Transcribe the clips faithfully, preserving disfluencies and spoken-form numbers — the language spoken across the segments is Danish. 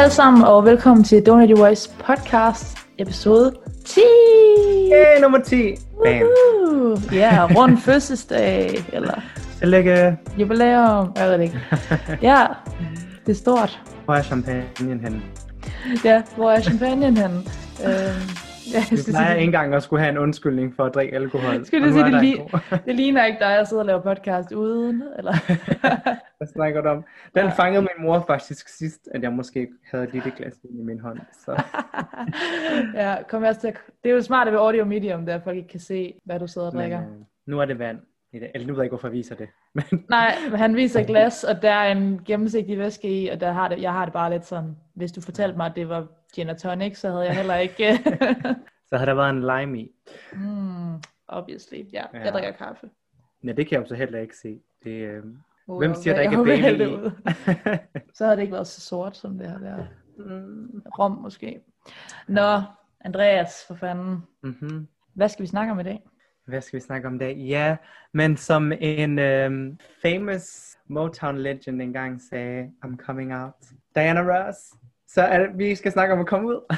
alle sammen, og velkommen til Donate Your Voice podcast, episode ti! Hey, nummer ti! Bam! Ja, yeah, rundt fødselsdag, eller Tillykke! Jubilæum, jeg ved det ikke. Ja, det er stort. Hvor er champagnen henne? Ja, hvor er champagnen henne? øhm, ja, Vi plejer ikke engang at skulle have en undskyldning for at drikke alkohol. Skulle du sige, det, li- det ligner ikke dig at sidde og lave podcast uden, eller? Hvad snakker du om? Den ja. Fangede min mor faktisk sidst, at jeg måske havde et lille glas i min hånd. Så. Ja, kom jeg til at... Det er jo smart ved audio medium, der folk ikke kan se, hvad du sidder og drikker. Men, øh, nu er det vand. Eller nu ved jeg ikke, hvorfor jeg viser det. Men... Nej, men han viser glas, og der er en gennemsigtig væske i, og der har det, jeg har det bare lidt sådan, hvis du fortalte mig, at det var gin og tonic, så havde jeg heller ikke... Så havde der været en lime i. Mm, obviously, ja. Ja. Jeg drikker kaffe. Ja, det kan jeg jo så heller ikke se. Det, øh... Uh, Hvem siger, der ikke er baby i? Så havde det ikke været så sort, som det her der. Rom måske. Nå, Andreas, for fanden. Mm-hmm. Hvad skal vi snakke om i dag? Hvad skal vi snakke om i dag? Ja, men som en um, famous Motown legend engang sagde, I'm coming out. Diana Ross. Så er det, vi skal snakke om at komme ud.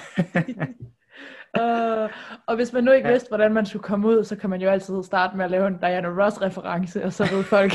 uh, og hvis man nu ikke ja. vidste, hvordan man skulle komme ud, så kan man jo altid starte med at lave en Diana Ross-reference, og så ved folk,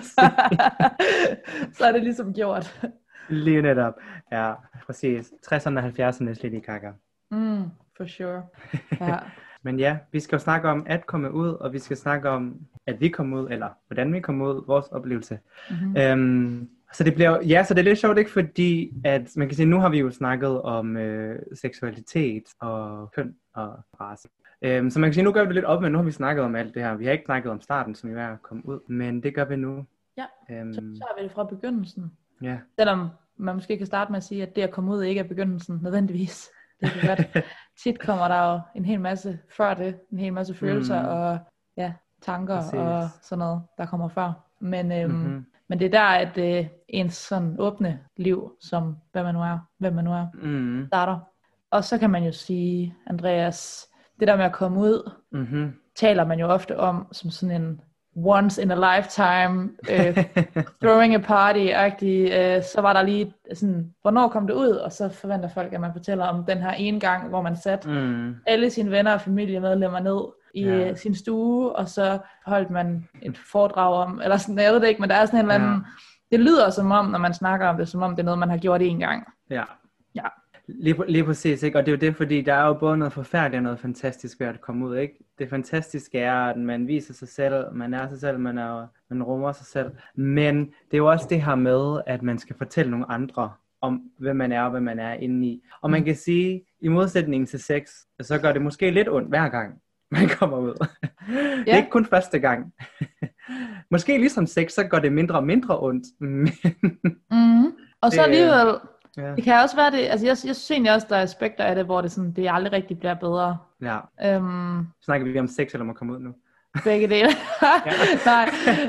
så er det ligesom gjort. Lige netop. Ja, præcis. tresserne og halvfjerdserne Lady Gaga. Mm, for sure. Ja. Men ja, vi skal jo snakke om at komme ud, og vi skal snakke om, at vi kommer ud, eller hvordan vi kommer ud, vores oplevelse. Mm-hmm. Øhm, så det bliver, ja, så det er lidt sjovt, ikke? Fordi, at man kan sige, nu har vi jo snakket om øh, seksualitet og køn og race. Øhm, så man kan sige, nu gør vi det lidt op, men nu har vi snakket om alt det her. Vi har ikke snakket om starten, som jo er at komme ud, men det gør vi nu. Ja, øhm, så tager vi det fra begyndelsen. Ja. Selvom man måske kan starte med at sige, at det at komme ud ikke er begyndelsen nødvendigvis. Det er godt. Tit kommer der jo en hel masse før det, en hel masse følelser mm. og ja, tanker Præcis. Og sådan noget, der kommer før. Men, øhm, mm-hmm. men det er der, at øh, ens sådan åbne liv, som hvad man nu er, hvem man nu er, mm. starter. Og så kan man jo sige, Andreas, det der med at komme ud, mm-hmm. taler man jo ofte om som sådan en once in a lifetime, øh, throwing a party-agtig, øh, så var der lige sådan, hvornår kom det ud, og så forventer folk, at man fortæller om den her ene gang, hvor man satte mm. alle sine venner og familiemedlemmer ned i ja. sin stue, og så holdt man et foredrag om, eller sådan, jeg ved det ikke, men der er sådan en eller anden, ja. Det lyder som om, når man snakker om det, som om det er noget, man har gjort en gang. Ja. Ja. Lige, lige præcis, ikke? Og det er jo det, fordi der er jo både noget forfærdeligt og noget fantastisk ved at komme ud, ikke? Det fantastiske er, at man viser sig selv, man er sig selv, man, er, man rummer sig selv. Men det er jo også det her med, at man skal fortælle nogle andre om, hvem man er og hvad man er inde i. Og man kan sige, i modsætning til sex, så gør det måske lidt ondt hver gang, man kommer ud. Yeah. Det er ikke kun første gang. Måske ligesom sex, så gør det mindre og mindre ondt. Men mm. Og så alligevel... Ja. Det kan også være det, altså jeg, jeg synes egentlig også, der er aspekter af det, hvor det, sådan, det aldrig rigtig bliver bedre. Ja. Øhm, Snakker vi om sex, eller om at komme ud nu? Begge dele. Nej.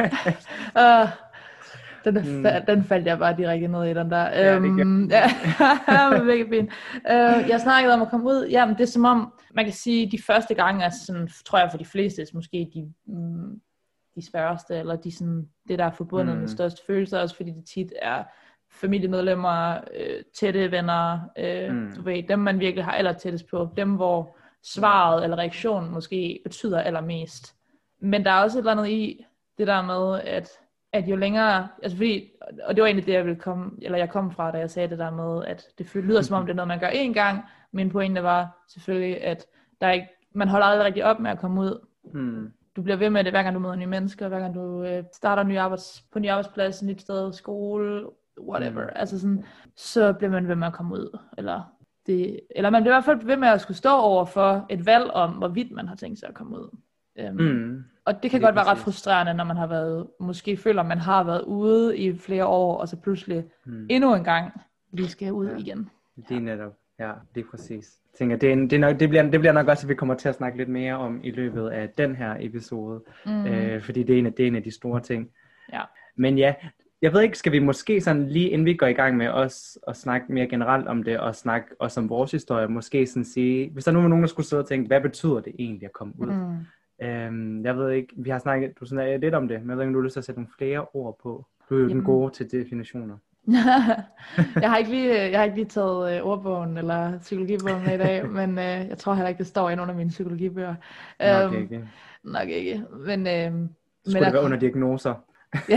uh, den, mm. fa- den faldt jeg bare direkte ned i, den der. Ja, det um, ja, med begge ben. Uh, jeg snakkede om at komme ud. Jamen, det er som om, man kan sige, de første gange, altså sådan, tror jeg for de fleste, måske de, mm, de sværeste, eller de, sådan, det, der er forbundet mm. med største følelser, også fordi det tit er familiemedlemmer, øh, tætte venner, øh, mm. du ved, dem man virkelig har aller tættest på, dem hvor svaret eller reaktionen måske betyder allermest. Men der er også et eller andet i det der med, at, at jo længere, altså fordi, og det var egentlig det, jeg ville komme, eller jeg kom fra, da jeg sagde det der med, at det lyder som om det er noget, man gør én gang. Min pointe var selvfølgelig, at der ikke, man holder aldrig rigtig op med at komme ud. Mm. Du bliver ved med det, hver gang du møder nye mennesker, hver gang du øh, starter ny arbejds, på ny arbejdsplads, nyt sted, skole, whatever, altså sådan, så bliver man ved med at komme ud, eller, det, eller man bliver i hvert fald ved med at skulle stå over for et valg om, hvorvidt man har tænkt sig at komme ud. Um, mm. Og det kan det godt være ret frustrerende, når man har været, måske føler, man har været ude i flere år, og så pludselig mm. endnu en gang, lige skal ud ja. igen. Det er netop, ja, det er præcis. Jeg tænker, det, er, det, er nok, det, bliver, det bliver nok også, at vi kommer til at snakke lidt mere om i løbet af den her episode, mm. øh, fordi det er, en af, det er en af de store ting. Ja. Men ja, jeg ved ikke, skal vi måske sådan lige inden vi går i gang med os at snakke mere generelt om det, og snakke også om vores historie, måske sådan sige, hvis der nu var nogen, der skulle sidde og tænke, hvad betyder det egentlig at komme ud? Mm. Øhm, jeg ved ikke, vi har snakket, du snakker lidt om det, men jeg ved ikke, om du har lyst til at sætte nogle flere ord på. Du er jo Jamen, den gode til definitioner. jeg har ikke lige, jeg har ikke lige taget øh, ordbogen eller psykologibogen med i dag, men øh, jeg tror heller ikke, det står i nogle af mine psykologibøger. Nok Øhm, ikke. nok ikke, men... Øh, Skulle men det være under diagnoser? Ja,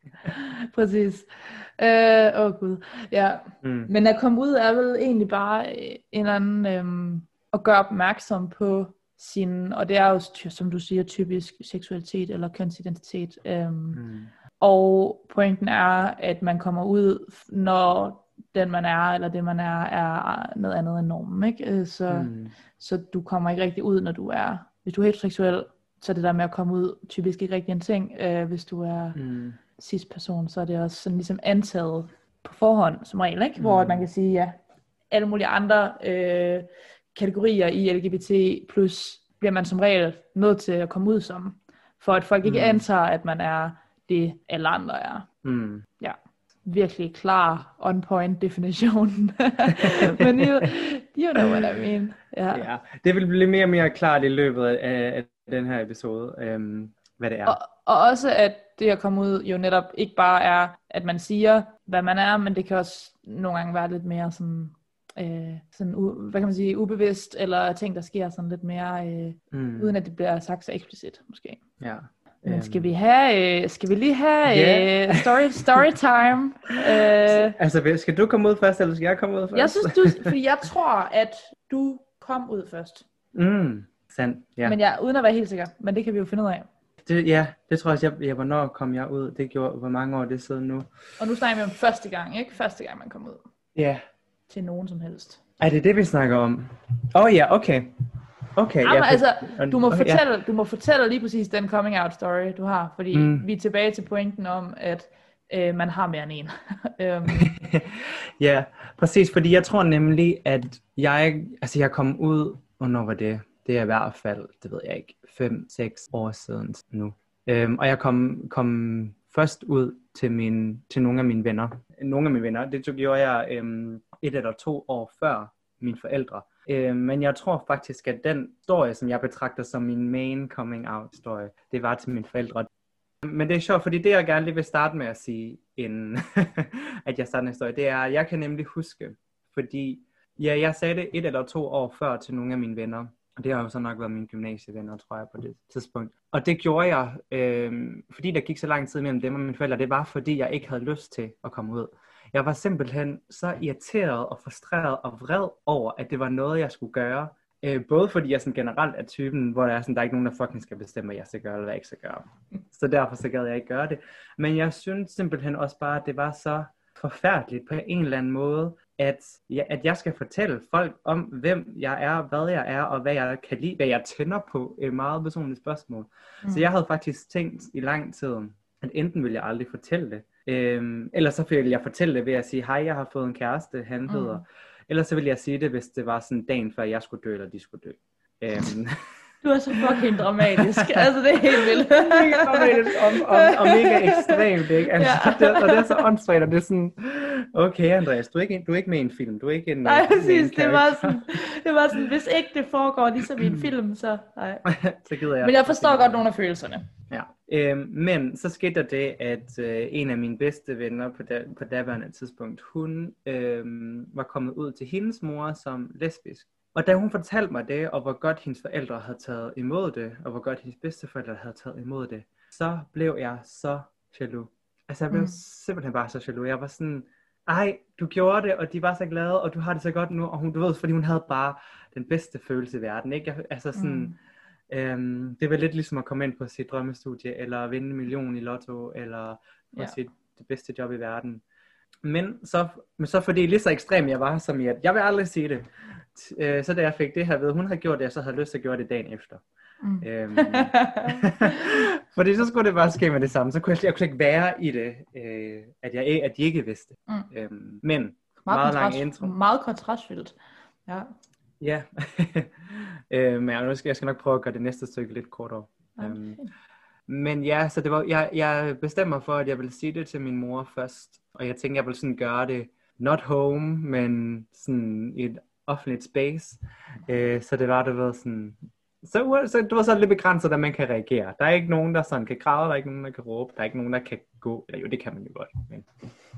præcis. Øh, åh gud, ja. Mm. Men at komme ud er vel egentlig bare øh, en eller anden... Øh, at gøre opmærksom på sin... Og det er jo, ty- som du siger, typisk seksualitet eller kønsidentitet. Øh, Mm. Og pointen er, at man kommer ud, når den man er, eller det man er, er noget andet end normen, ikke? Så, Mm. så du kommer ikke rigtig ud, når du er... Hvis du er heteroseksuel, så er det der med at komme ud typisk ikke rigtig en ting. Øh, hvis du er Mm. cis-person, så er det også sådan ligesom antaget på forhånd, som regel, ikke? Hvor Mm. man kan sige, ja, alle mulige andre øh, kategorier i L G B T plus bliver man som regel nødt til at komme ud som, for at folk ikke Mm. antager, at man er det, alle andre er. Mm. Ja, virkelig klar on-point definition. Men you, you know what I mean. Ja. Ja, det vil blive mere og mere klart i løbet af, af den her episode, øhm, hvad det er. Og, og også at det at komme ud jo netop ikke bare er, at man siger, hvad man er, men det kan også nogle gange være lidt mere sådan, øh, sådan u, hvad kan man sige, ubevidst, eller ting, der sker sådan lidt mere, øh, Mm. uden at det bliver sagt så eksplicit, måske. Ja. Men skal vi have, øh, skal vi lige have Yeah. øh, story, story time? Øh, Altså, skal du komme ud først, eller skal jeg komme ud først? jeg synes, du, fordi jeg tror, at du kom ud først. Mm, sandt, ja. Men jeg, uden at være helt sikker, men det kan vi jo finde ud af. Det, ja, det tror jeg også, jeg, jeg, hvornår kom jeg ud? Det gjorde, hvor mange år det siden nu? Og nu snakker vi om første gang, ikke? Første gang, man kom ud. Ja. Til nogen som helst. Er det det, vi snakker om? Åh oh, ja, okay. Okay, Jamen, ja, for, altså, du må, okay, fortælle, ja. du må fortælle lige præcis den coming out story, du har. Fordi Mm. vi er tilbage til pointen om, at øh, man har mere end en. øhm, Ja, præcis, fordi jeg tror nemlig, at jeg, altså jeg kom ud, hvornår var det? Det er i hvert fald, det ved jeg ikke, fem seks år siden nu. Øhm, og jeg kom, kom først ud til, min, til nogle af mine venner. Nogle af mine venner, det tog, gjorde jeg øhm, et eller to år før mine forældre. Øhm, men jeg tror faktisk, at den historie, som jeg betragter som min main coming out historie, det var til mine forældre. Men det er sjovt, fordi det jeg gerne lige vil starte med at sige, inden at jeg starter en historie, det er, at jeg kan nemlig huske, fordi ja, jeg sagde det et eller to år før til nogle af mine venner, og det har jo så nok været mine gymnasievenner, tror jeg, på det tidspunkt. Og det gjorde jeg, øh, fordi der gik så lang tid mellem dem og mine forældre, det var fordi jeg ikke havde lyst til at komme ud. Jeg var simpelthen så irriteret og frustreret og vred over, at det var noget, jeg skulle gøre. Øh, både fordi jeg sådan generelt er typen, hvor der er sådan, der er ikke nogen, der fucking skal bestemme, hvad jeg skal gøre, eller hvad jeg ikke skal gøre. Så derfor så gad jeg ikke gøre det. Men jeg synes simpelthen også bare, at det var så forfærdeligt på en eller anden måde, at jeg, at jeg skal fortælle folk om, hvem jeg er, hvad jeg er, og hvad jeg kan lide, hvad jeg tænder på. Et meget personligt spørgsmål. Mm. Så jeg havde faktisk tænkt i lang tid, at enten ville jeg aldrig fortælle det, øhm, eller så ville jeg fortælle det ved at sige, hej, jeg har fået en kæreste, han mm. hedder. Eller så ville jeg sige det, hvis det var sådan dagen før jeg skulle dø, eller de skulle dø. Øhm. Du er så fucking dramatisk. Altså, det er helt vildt. Mega dramatisk og, og, og mega ekstremt, ikke? Altså, ja. det, og det er så åndssvagt, og det er sådan, okay Andreas, du er ikke, du er ikke med i en film, du er ikke en... Nej, præcis, en det var sådan, det var sådan, hvis ikke det foregår ligesom i en film, så nej. Så gider jeg. Men jeg forstår godt nogle af følelserne. Ja, øhm, men så skete der det, at øh, en af mine bedste venner på, da, på daværende tidspunkt, hun øh, var kommet ud til hendes mor som lesbisk. Og da hun fortalte mig det, og hvor godt hendes forældre havde taget imod det, og hvor godt hendes bedsteforældre havde taget imod det, så blev jeg så jaloux. Altså jeg blev mm. simpelthen bare så jaloux. Jeg var sådan, ej, du gjorde det, og de var så glade, og du har det så godt nu. Og hun, du ved, fordi hun havde bare den bedste følelse i verden, ikke? Jeg, altså sådan, mm. øhm, det var lidt ligesom at komme ind på sit drømmestudie, eller vinde en million i lotto, eller få ja. sit det bedste job i verden. Men så, men så fordi lige så ekstrem jeg var, som i at, jeg vil aldrig sige det. Så da jeg fik det her ved, hun havde gjort det, så havde jeg lyst til at gøre det dagen efter. Mm. Øhm, fordi så skulle det bare ske med det samme. Så kunne jeg, jeg kunne ikke være i det, øh, at, jeg, at de ikke vidste. Mm. Øhm, men meget, meget lang intro. Meget kontrastfyldt. Ja. Ja. øhm, men jeg skal, jeg skal nok prøve at gøre det næste stykke lidt kortere. Okay. Øhm, men ja, så det var, jeg, jeg bestemmer for, at jeg vil sige det til min mor først. Og jeg tænkte, jeg vil sådan gøre det, not home, men sådan i et offentligt space. Øh, så det var, det var sådan, så, så det var så lidt begrænset, at man kan reagere. Der er ikke nogen, der sådan kan græde, der er ikke nogen, der kan råbe, der er ikke nogen, der kan gå. Eller jo, det kan man jo godt. Men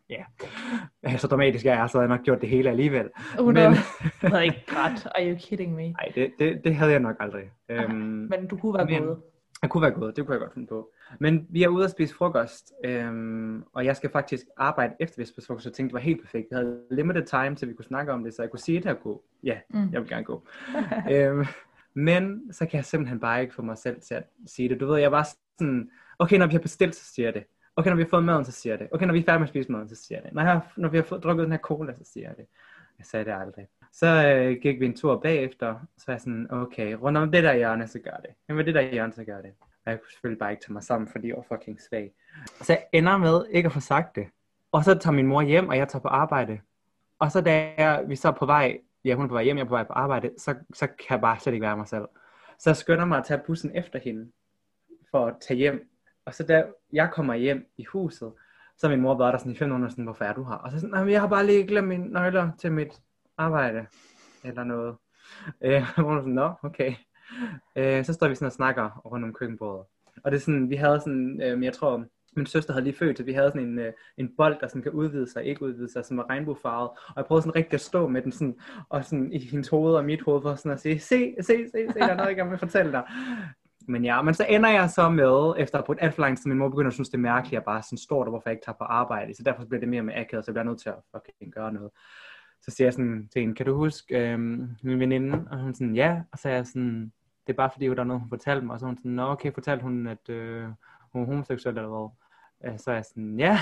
ja, så dramatisk er jeg, så havde jeg nok gjort det hele alligevel. hundrede. Men jeg havde ikke grædt. Are you kidding me? Nej, det, det, det havde jeg nok aldrig. Øhm, men du kunne være men, gået. Jeg kunne være gået, det kunne jeg godt finde på. Men vi er ude at spise frokost, øhm, og jeg skal faktisk arbejde efter vi spise frokost, så jeg tænkte, det var helt perfekt. Vi havde limited time, til vi kunne snakke om det, så jeg kunne sige, at jeg kunne. Ja, mm. jeg vil gerne gå. øhm, men så kan jeg simpelthen bare ikke få mig selv til at sige det. Du ved, jeg var sådan, okay, når vi har bestilt, så siger jeg det. Okay, når vi har fået maden, så siger jeg det. Okay, når vi er færdige med at spise maden, så siger jeg det. Når, jeg har, når vi har fået, drukket den her cola, så siger jeg det. Jeg sagde det aldrig. Så øh, gik vi en tur bagefter, så var jeg sådan, okay, rundt om det der hjørne, så gør det. Jamen det der hjørne, så gør det. Og jeg kunne selvfølgelig bare ikke tage mig sammen, fordi jeg var fucking svag. Så jeg ender med ikke at få sagt det. Og så tager min mor hjem, og jeg tager på arbejde. Og så da jeg, vi så er på vej, ja hun er på vej hjem, jeg er på vej på arbejde, så, så kan jeg bare slet ikke være mig selv. Så jeg skynder mig at tage bussen efter hende, for at tage hjem. Og så da jeg kommer hjem i huset, så er min mor været der sådan i fem minutter, sådan, hvorfor er du her? Og så sådan, jeg har bare lige glemt mine nøgler til mit arbejde, eller noget. Øh, og hun er sådan, nå, okay. Øh, så står vi sådan og snakker rundt om køkkenbordet. Og det er sådan, vi havde sådan, øh, jeg tror, min søster havde lige født, så vi havde sådan en, øh, en bold, der sådan kan udvide sig, ikke udvide sig, som var regnbuefarvet. Og jeg prøvede sådan rigtig at stå med den sådan, og sådan i hendes hoved og mit hoved, for sådan at sige, se, se, se, se, der er noget, jeg gerne vil fortælle dig. Men ja, men så ender jeg så med, efter at på et alt for langt, så min mor begynder at synes, det er mærkeligt, at jeg bare sådan står der, hvorfor jeg ikke tager på arbejde. Så derfor bliver det mere med akavet, så jeg bliver nødt til at fucking gøre noget. Så siger jeg sådan til hende, kan du huske øhm, min veninde? Og hun sådan, ja. Og så er jeg sådan, det er bare fordi, der er noget, hun fortalte mig. Og så hun sådan, nå okay, fortalte hun, at øh, hun er homoseksuel eller hvad? Øh, så er jeg sådan, ja.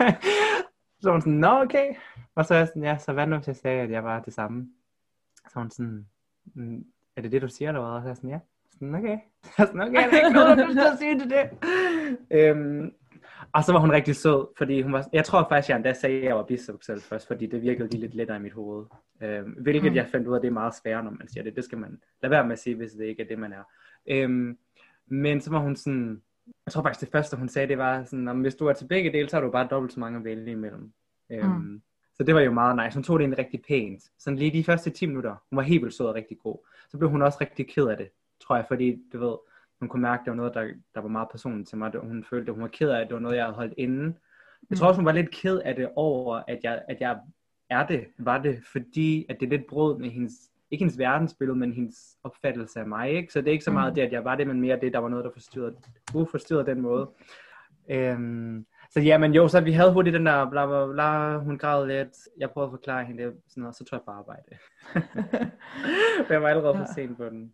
Så hun sådan, nå okay. Og så er jeg sådan, ja, så hvad nu, hvis jeg sagde, at jeg var det samme? Så hun sådan, er det det, du siger eller hvad? Og så er jeg sådan, ja. Sådan, okay. Sådan, okay, det er ikke noget, du skal sige til det. øhm, og så var hun rigtig sød, fordi hun var, jeg tror faktisk, jeg endda sagde, at jeg var biseksuel først, fordi det virkede lige lidt lettere i mit hoved. Øhm, hvilket mm. jeg fandt ud af, det er meget sværere, når man siger det. Det skal man lade være med at sige, hvis det ikke er det, man er. Øhm, men så var hun sådan, jeg tror faktisk det første, hun sagde, det var sådan, hvis du er til begge dele, så har du bare dobbelt så mange at vælge imellem. Øhm, mm. Så det var jo meget nice. Hun tog det egentlig rigtig pænt. Sådan lige de første ti minutter, hun var helt vildt sød og rigtig god. Så blev hun også rigtig ked af det, tror jeg, fordi du ved, hun kunne mærke, at det var noget, der, der var meget personligt til mig. Hun følte, at hun var ked af, at det var noget, jeg havde holdt inde. Jeg tror også, hun var lidt ked af det over, at jeg, at jeg er det, var det, fordi at det er lidt brød med hendes, ikke hendes verdensbillede, men hendes opfattelse af mig, ikke? Så det er ikke så meget det, at jeg var det, men mere det, der var noget, der forstyrrede, uforstyrrede den måde. Øhm, så ja, men jo, så vi havde hurtigt den der, bla bla bla, hun græd lidt, jeg prøvede at forklare hende det, sådan noget, så tror jeg på arbejde. Jeg var allerede for sent på den.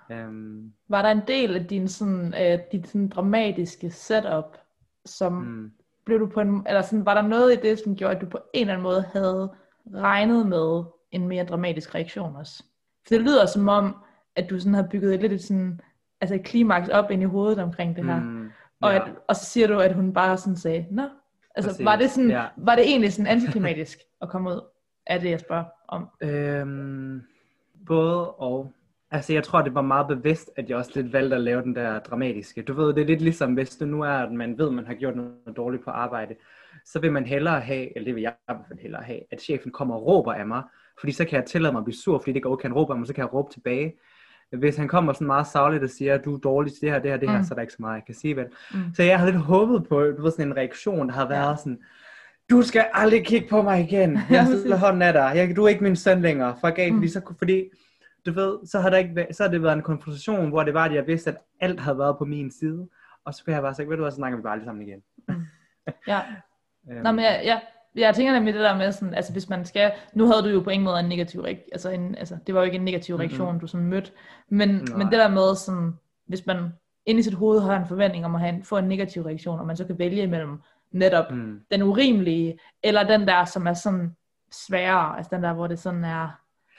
Um, var der en del af din sådan, øh, dit sådan dramatiske setup, som mm. blev du på en, eller sådan, var der noget i det, som gjorde, at du på en eller anden måde havde regnet med en mere dramatisk reaktion også? For det lyder som om, at du sådan har bygget et lidt sådan, altså et klimaks op ind i hovedet omkring det her. Mm, ja. og, at, og så siger du, at hun bare sådan sagde, nå, altså Præcis. var det sådan, ja. var det egentlig sådan antiklimatisk at komme ud af det, jeg spørger om? Øhm, både og. Altså, jeg tror, det var meget bevidst, at jeg også lidt valgte at lave den der dramatiske. Du ved, det er lidt ligesom, hvis det nu er, at man ved, at man har gjort noget dårligt på arbejde, så vil man hellere have, eller det vil jeg i hvert fald hellere have, at chefen kommer og råber af mig, fordi så kan jeg tillade mig at blive sur, fordi det ikke okay, han råber af mig, så kan jeg råbe tilbage. Hvis han kommer sådan meget sagligt og siger, at du er dårlig til det her, det her, det her, mm. så er der ikke så meget, jeg kan sige, vel. Mm. Så jeg havde lidt håbet på, du ved, sådan en reaktion, der har været ja. sådan, du skal aldrig kigge på mig igen, jeg slår hånden af dig, jeg, du er ikke min søn længere, fuck af, mm. fordi så, fordi du ved, så har, der ikke, så har det været en konfrontation, hvor det var, at jeg vidste, at alt havde været på min side. Og så kunne jeg bare sige, ved du hvad, så snakker vi bare alle sammen igen. Mm. Ja. øhm. Nå, men jeg, jeg, jeg tænker nemlig det der med, sådan, altså hvis man skal, nu havde du jo på ingen måde en negativ, altså, en, altså det var jo ikke en negativ reaktion, mm-hmm. du sådan mødte, men, men det der med sådan, hvis man inde i sit hoved har en forventning om at have en, få en negativ reaktion, og man så kan vælge imellem netop mm. den urimelige, eller den der, som er sådan sværere, altså den der, hvor det sådan er,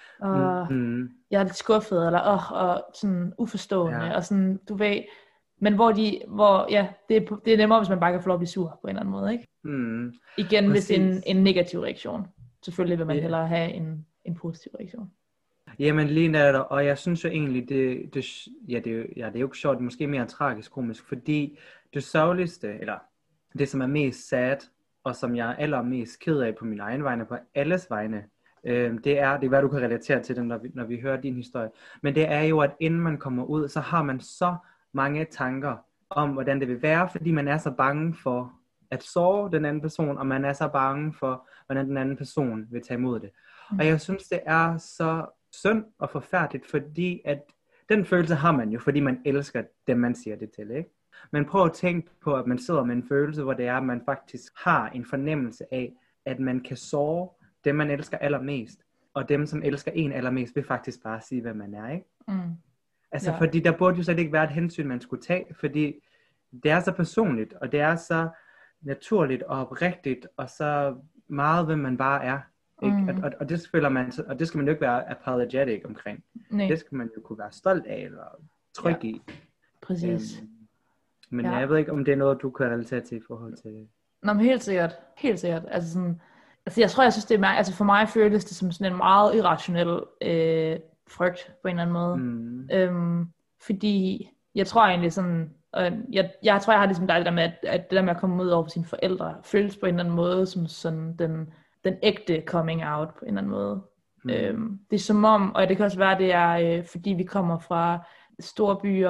og mm-hmm. jeg er lidt skuffet, eller åh, og sådan uforstående, ja. Og sådan, du ved, men hvor de, hvor, ja, det er, det er nemmere, hvis man bare kan få lov at blive sur på en eller anden måde, ikke? Mm. Igen, Præcis. Hvis en, en negativ reaktion. Selvfølgelig vil man yeah. hellere have en, en positiv reaktion. Jamen lige netop, og jeg synes jo egentlig, det, det, ja, det, ja, det er jo ikke sjovt, det er måske mere tragisk komisk, fordi det sørgeligste, eller det som er mest sad, og som jeg er allermest ked af på mine egne vegne, på alles vegne, øh, det er, det er hvad du kan relatere til det, når vi, når vi hører din historie, men det er jo, at inden man kommer ud, så har man så mange tanker om, hvordan det vil være, fordi man er så bange for, at såre den anden person, og man er så bange for, hvordan den anden person vil tage imod det. Mm. Og jeg synes, det er så synd og forfærdeligt, fordi at den følelse har man jo, fordi man elsker dem, man siger det til, ikke? Men prøv at tænke på, at man sidder med en følelse, hvor det er, at man faktisk har en fornemmelse af, at man kan såre dem, man elsker allermest, og dem, som elsker en allermest, vil faktisk bare sige, hvad man er, ikke? Mm. Altså, ja. Fordi der burde jo slet ikke være et hensyn, man skulle tage, fordi det er så personligt, og det er så naturligt og oprigtigt, og så meget, hvem man bare er. Ikke? Mm. Og, og, og, det føler man, og det skal man jo ikke være apologetic omkring. Nej. Det skal man jo kunne være stolt af, eller tryg ja. i. Præcis. Øhm, men ja. jeg ved ikke, om det er noget, du kan relatere til i forhold til... Nå, men helt sikkert. Helt sikkert. Altså, sådan, altså jeg tror, jeg synes, det er meget, altså for mig føles det som sådan en meget irrationel øh, frygt, på en eller anden måde. Mm. Øhm, fordi jeg tror egentlig sådan... Og jeg, jeg tror, jeg har ligesom dig det der med, at, at det der med at komme ud over sine forældre, føles på en eller anden måde som sådan den, den ægte coming out på en eller anden måde. Mm. Øhm, det er som om, og det kan også være, det er øh, fordi vi kommer fra store byer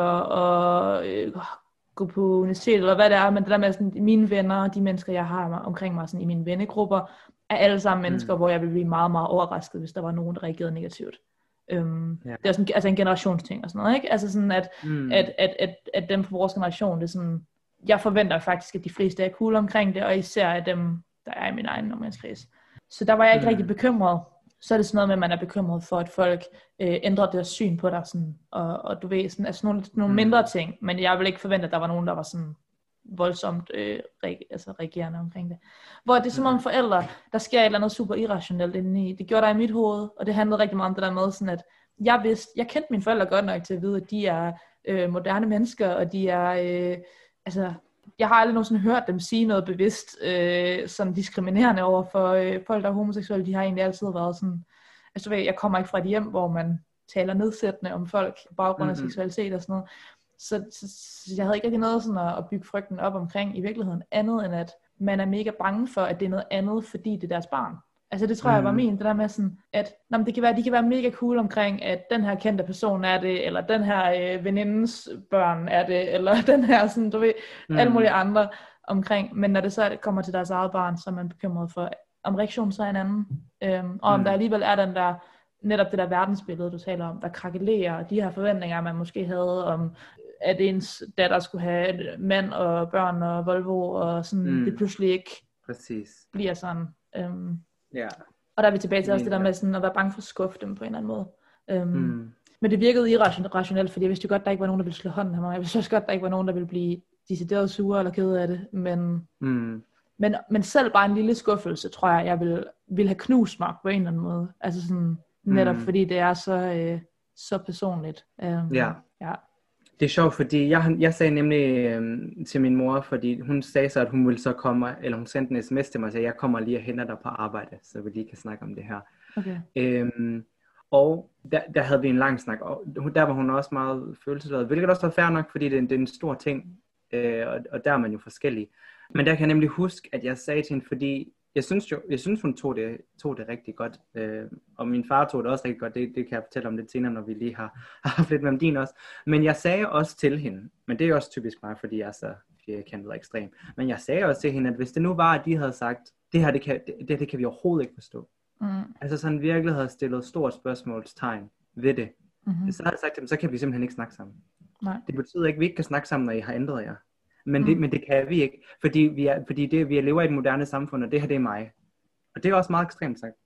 og øh, går på universitet, eller hvad det er, men det der med sådan, mine venner, de mennesker, jeg har omkring mig sådan, i mine vennegrupper, er alle sammen mennesker, mm. hvor jeg vil blive meget, meget overrasket, hvis der var nogen, der reagerede negativt. Øhm, ja. Det er sådan, altså en generationsting og sådan noget, ikke? Altså sådan, at, mm. at, at, at, at dem på vores generation, det er sådan, jeg forventer faktisk, at de fleste er cool omkring det, og især af dem, der er i min egen omgangskreds. Så der var jeg ikke mm. rigtig bekymret. Så er det sådan noget med, at man er bekymret for, at folk øh, ændrer deres syn på dig, sådan, og, og du ved, sådan, altså nogle, nogle mm. mindre ting, men jeg vil ikke forvente, at der var nogen, der var sådan voldsomt øh, re- altså reagerende omkring det. Hvor det er som om forældre, der sker et eller andet super irrationelt indeni. Det gjorde der i mit hoved, og det handlede rigtig meget om det der med, sådan at jeg vidste, jeg kendte mine forældre godt nok til at vide, at de er øh, moderne mennesker, og de er, øh, altså, jeg har aldrig nogensinde hørt dem sige noget bevidst, øh, sådan diskriminerende over for øh, folk, der er homoseksuelle. De har egentlig altid været sådan, altså jeg kommer ikke fra et hjem, hvor man taler nedsættende om folk på baggrund af mm-hmm. seksualitet og sådan noget. Så, så, så jeg havde ikke rigtig noget sådan at, at bygge frygten op omkring i virkeligheden, andet end at man er mega bange for, at det er noget andet, fordi det er deres barn. Altså det tror jeg var min, det der med sådan, at nå, det kan være, de kan være mega cool omkring, at den her kendte person er det, eller den her øh, venindens børn er det, eller den her sådan, du ved, mm. alle mulige andre omkring. Men når det så kommer til deres eget barn, så er man bekymret for, om reaktionen så er en anden. Øhm, og om mm. der alligevel er den der, netop det der verdensbillede, du taler om, der krakelerer, de her forventninger, man måske havde om, at ens datter skulle have mand og børn og Volvo, og sådan, mm. det pludselig ikke Præcis. bliver sådan. Øhm, ja. Og der er vi tilbage til også det der med sådan, at være bange for at skuffe dem på en eller anden måde. Øhm, mm. Men det virkede irrationelt, fordi jeg vidste jo godt, at der ikke var nogen, der ville slå hånden af mig. Jeg vidste også godt, at der ikke var nogen, der ville blive decideret sure eller kede af det. Men, mm. men, men selv bare en lille skuffelse, tror jeg, jeg ville, ville have knust mig på en eller anden måde. Altså sådan, netop mm. fordi det er så, øh, så personligt. Øhm, ja. ja. Det er sjovt, fordi jeg, jeg sagde nemlig øhm, til min mor, fordi hun sagde så, at hun ville så komme, eller hun sendte en sms til mig, og sagde, jeg kommer lige og henter dig på arbejde, så vi lige kan snakke om det her. Okay. Øhm, og der, der havde vi en lang snak, og der var hun også meget følelsesladet, hvilket også var fair nok, fordi det, det er en stor ting, øh, og, og der er man jo forskellig. Men der kan jeg nemlig huske, at jeg sagde til hende, fordi jeg synes jo, jeg synes hun tog det, tog det rigtig godt, øh, og min far tog det også rigtig godt, det, det kan jeg fortælle om lidt senere, når vi lige har, har haft lidt med din også. Men jeg sagde også til hende, men det er også typisk mig, fordi jeg er så firkantet og ekstrem, men jeg sagde også til hende, at hvis det nu var, at de havde sagt, det her, det kan, det, det kan vi overhovedet ikke forstå. Mm. Altså sådan virkelig havde stillet stort spørgsmålstegn ved det. Mm-hmm. Så havde jeg sagt til dem, så kan vi simpelthen ikke snakke sammen. Nej. Det betyder ikke, at vi ikke kan snakke sammen, når I har ændret jer. Men, mm. det, men det kan vi ikke, fordi vi, er, fordi det, vi lever i et moderne samfund, og det her, det er mig. Og det er også meget ekstremt sagt.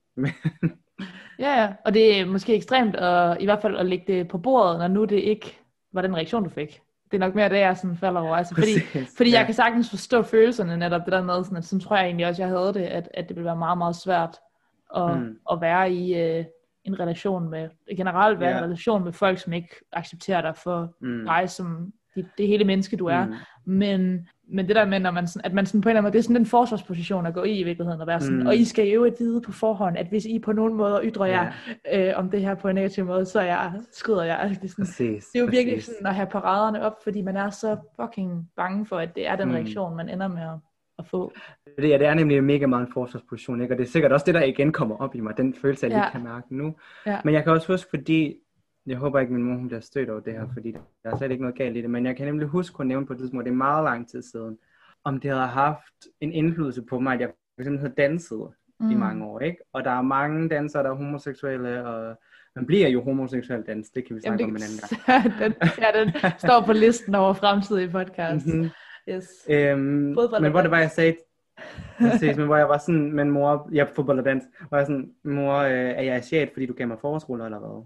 ja, ja, og det er måske ekstremt, at, i hvert fald at lægge det på bordet, når nu det ikke var den reaktion, du fik. Det er nok mere det, jeg sådan falder over. Altså, fordi fordi ja. Jeg kan sagtens forstå følelserne netop det der med, sådan, at sådan tror jeg egentlig også, jeg havde det, at, at det ville være meget, meget svært at, mm. at være i uh, en relation med, generelt være yeah. en relation med folk, som ikke accepterer dig for mm. dig som det, det hele menneske, du er. Mm. Men, men det der med, når man sådan, at man sådan på en eller anden måde, det er sådan en forsvarsposition at gå i i virkeligheden, og være sådan, mm. og I skal jo øvrigt vide på forhånd, at hvis I på nogen måde ytrer jer yeah. øh, om det her på en negativ måde, så jeg, skrider jeg. Altså, det, er sådan, præcis, det er jo præcis. Virkelig sådan at have paraderne op, fordi man er så fucking bange for, at det er den mm. reaktion, man ender med at, at få. Det, ja, det er nemlig mega meget en forsvarsposition, ikke? Og det er sikkert også det, der igen kommer op i mig, den følelse, jeg ja. lige kan mærke nu. Ja. Men jeg kan også huske, fordi jeg håber ikke, min mor hun bliver stødt over det her, fordi der er slet ikke noget galt i det. Men jeg kan nemlig huske, hun nævnte på et tidspunkt, det er meget lang tid siden, om det havde haft en indflydelse på mig, at jeg for eksempel havde danset mm. i mange år, ikke? Og der er mange dansere, der er homoseksuelle, og man bliver jo homoseksuel dans, det kan vi snakke Jamen, det... om en anden gang. den, ja, den står på listen over fremtidige podcasts. Mm-hmm. Yes. Øhm, men hvor det var, jeg sagde, præcis, men hvor jeg var sådan, men mor, jeg ja, fodbold og dans, var jeg sådan, mor, øh, er jeg asiat, fordi du gav mig forårsruller eller hvad?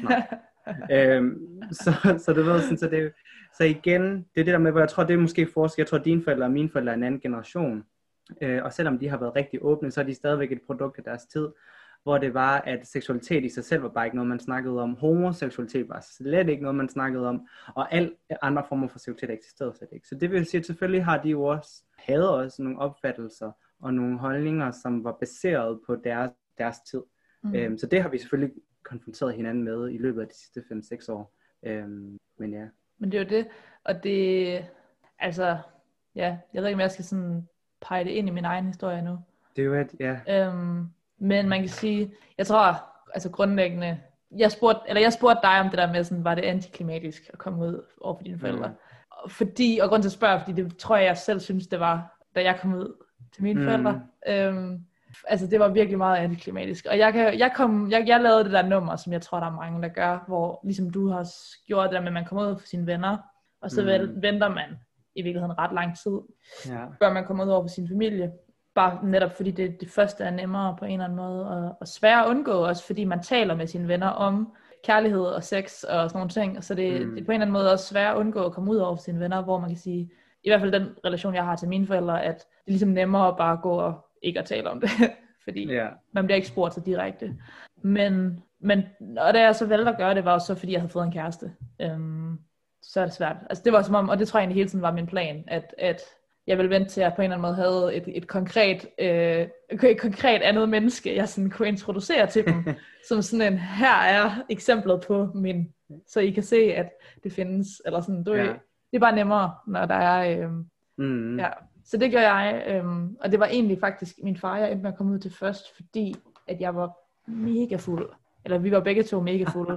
øhm, så, så du ved sådan, så det så igen, det er det der med, hvor jeg tror, det er måske forskel, jeg tror, dine forældre og mine forældre er en anden generation, øh, og selvom de har været rigtig åbne, så er de stadigvæk et produkt af deres tid, hvor det var, at seksualitet i sig selv var bare ikke noget, man snakkede om. Homoseksualitet var slet ikke noget, man snakkede om. Og alle andre former for seksualitet eksisterede slet ikke. Så det vil sige, at selvfølgelig har de jo også, havde også nogle opfattelser og nogle holdninger, som var baseret på deres, deres tid. Mm. Øhm, så det har vi selvfølgelig konfronteret hinanden med i løbet af de sidste fem seks år. Øhm, men ja. Men det er jo det, og det, altså, ja, jeg ved ikke, om jeg skal sådan pege det ind i min egen historie nu. Det er jo et, ja. Øhm, Men man kan sige, jeg tror, altså grundlæggende, jeg spurgte, eller jeg spurgte dig om det der med, sådan, var det antiklimatisk at komme ud over for dine forældre? Mm. Fordi, og grund til at spørge, fordi det tror jeg, jeg selv synes, det var, da jeg kom ud til mine mm. forældre. Øhm, altså, det var virkelig meget antiklimatisk. Og jeg, kan, jeg, kom, jeg, jeg lavede det der nummer, som jeg tror, der er mange, der gør, hvor ligesom du har gjort det der med, at man kommer ud for sine venner, og så mm. venter man i virkeligheden ret lang tid, ja. Før man kommer ud over for sin familie. Bare netop fordi det, det første er nemmere på en eller anden måde, og, og svært at undgå også, fordi man taler med sine venner om kærlighed og sex og sådan nogle ting, så det, mm. det er på en eller anden måde også svært at undgå at komme ud over sine venner, hvor man kan sige, i hvert fald den relation, jeg har til mine forældre, at det er ligesom nemmere at bare gå og ikke at tale om det, fordi yeah. man bliver ikke spurgt så direkte. Men, men, og da jeg så valgte at gøre det, var også så, fordi jeg havde fået en kæreste. Øhm, så er det svært. Altså det var som om, og det tror jeg egentlig hele tiden var min plan, at, at jeg ville vente til, at jeg på en eller anden måde havde et, et, konkret, øh, et konkret andet menneske, jeg sådan kunne introducere til dem, som sådan en, her er eksemplet på min, så I kan se, at det findes, eller sådan, du, ja. Det er bare nemmere, når der er, øh, mm. ja. Så det gjorde jeg, øh, og det var egentlig faktisk min far, jeg endte med at komme ud til først, fordi at jeg var mega fuld, eller vi var begge to mega fulde.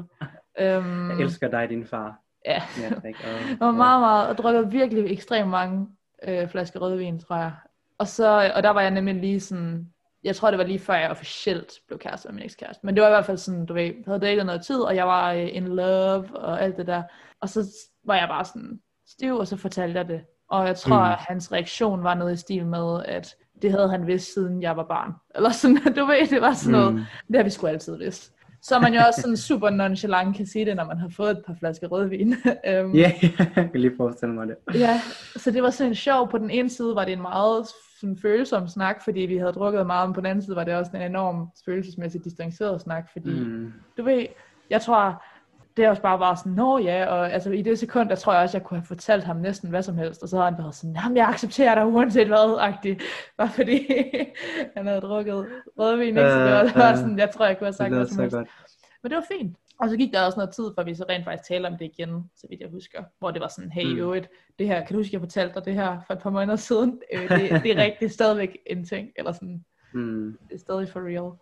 um, jeg elsker dig, din far. Ja, jeg var meget, meget, og drukkede virkelig ekstremt mange øh, flasker rødvin, tror jeg. Og så, og der var jeg nemlig lige sådan, jeg tror det var lige før jeg officielt blev kæreste med min ekskæreste, men det var i hvert fald sådan, du ved, jeg havde datet noget tid, og jeg var øh, in love, og alt det der, og så var jeg bare sådan stiv, og så fortalte jeg det, og jeg tror, mm. at hans reaktion var noget i stil med, at det havde han vidst, siden jeg var barn, eller sådan, du ved, det var sådan noget, mm. det har vi sgu altid vidst. Så man jo også sådan super nonchalant kan sige det, når man har fået et par flasker rødvin. um, ja, yeah, jeg kan lige forestille mig det. Ja, så det var sådan en sjov. På den ene side var det en meget sådan, følsom snak, fordi vi havde drukket meget, men på den anden side var det også en enorm følelsesmæssigt distanceret snak, fordi mm. du ved, jeg tror, det også bare var sådan, nå ja, og altså i det sekund, der tror jeg også, jeg kunne have fortalt ham næsten hvad som helst, og så havde han været sådan, jamen jeg accepterer dig uanset hvad-agtigt, bare fordi han havde drukket rødvin, ikke? Så det var, det var sådan, jeg tror, jeg kunne have sagt hvad som helst. Godt. Men det var fint. Og så gik der også noget tid, før vi så rent faktisk talte om det igen, så vidt jeg husker, hvor det var sådan, hey, jo, mm. det her, kan du huske, jeg fortalte dig det her for et par måneder siden? Øh, det, det er rigtigt, stadigvæk en ting, eller sådan, mm. det er stadig for real.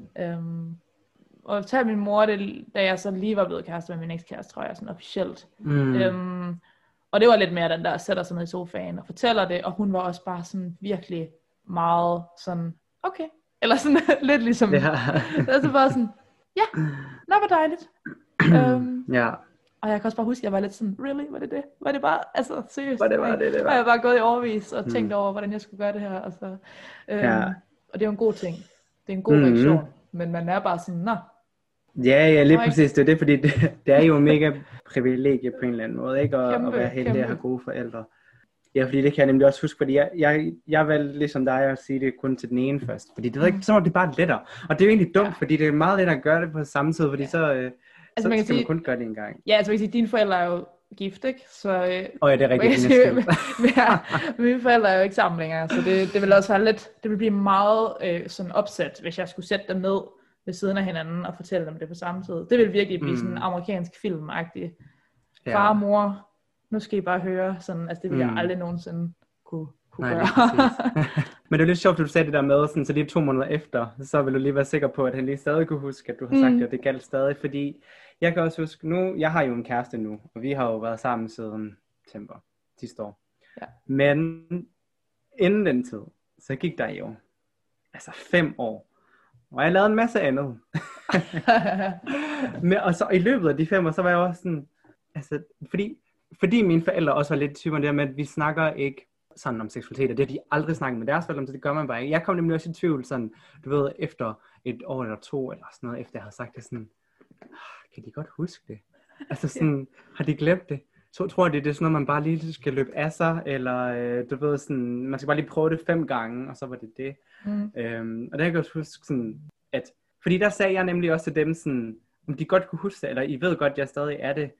Um, og til min mor, det, da jeg så lige var blevet kæreste med min ekskæreste, tror jeg, sådan officielt. Mm. Um, og det var lidt mere den der, sætter sig ned i sofaen og fortæller det, og hun var også bare sådan virkelig meget sådan, okay, eller sådan lidt ligesom, ja. Altså bare sådan, ja, det var dejligt. um, ja. Og jeg kan også bare huske, at jeg var lidt sådan, really, var det det? Var det bare, altså seriøst? Var det bare det, det var? Og jeg var bare gået i overvis og tænkt mm. over, hvordan jeg skulle gøre det her. Altså, um, ja. Og det er jo en god ting. Det er en god mm. reaktion. Men man er bare sådan, nå. Ja, ja, lige præcis. Det er det, fordi det, det er jo mega privilegie på en eller anden måde, ikke? At, kæmpe, at være heldig at have gode forældre. Ja, fordi det kan jeg nemlig også huske, fordi jeg, jeg, jeg valgte ligesom dig at sige det kun til den ene først. Fordi det var ikke, så var det bare lettere. Og det er jo egentlig dumt, ja. Fordi det er meget lettere at gøre det på samme tid, fordi ja. så, øh, altså, så man skal sige, man kun gøre det en gang. Ja, altså man kan sige, dine forældre er jo gift, ikke? Så, øh, oh, ja, det er rigtigt. Ja, mine forældre er jo ikke sammen længere, så det, det vil også være lidt, det vil blive meget øh, sådan opsat, hvis jeg skulle sætte dem ned ved siden af hinanden og fortælle dem det på samme tid. Det vil virkelig blive mm. sådan en amerikansk film-agtig. Far og mor, nu skal I bare høre, sådan, altså det vil jeg mm. aldrig nogensinde kunne, kunne Nej, gøre. Men det er lidt sjovt, at du sagde det der med, sådan, så lige to måneder efter, så vil du lige være sikker på, at han lige stadig kunne huske, at du har sagt mm. det, og det galt stadig, fordi jeg kan også huske, nu, jeg har jo en kæreste nu, og vi har jo været sammen siden september sidste år. Ja. Men inden den tid, så gik der jo altså fem år, og jeg lavede en masse andet. Men, og så i løbet af de fem år, så var jeg også sådan, altså, fordi, fordi mine forældre også var lidt typer, det der med, at vi snakker ikke sådan om seksualitet, og det har de aldrig snakket med deres forældre om, så det gør man bare ikke. Jeg kom nemlig også i tvivl, sådan, du ved, efter et år eller to, eller sådan noget, efter jeg havde sagt det sådan, kan de godt huske det? Altså sådan, har de glemt det? Så tror de, det er sådan noget, man bare lige skal løbe af sig, eller øh, du ved sådan, man skal bare lige prøve det fem gange, og så var det det. Mm. Øhm, og der kan jeg også huske sådan, at, fordi der sagde jeg nemlig også til dem sådan, om de godt kunne huske det, eller I ved godt, at jeg stadig er det.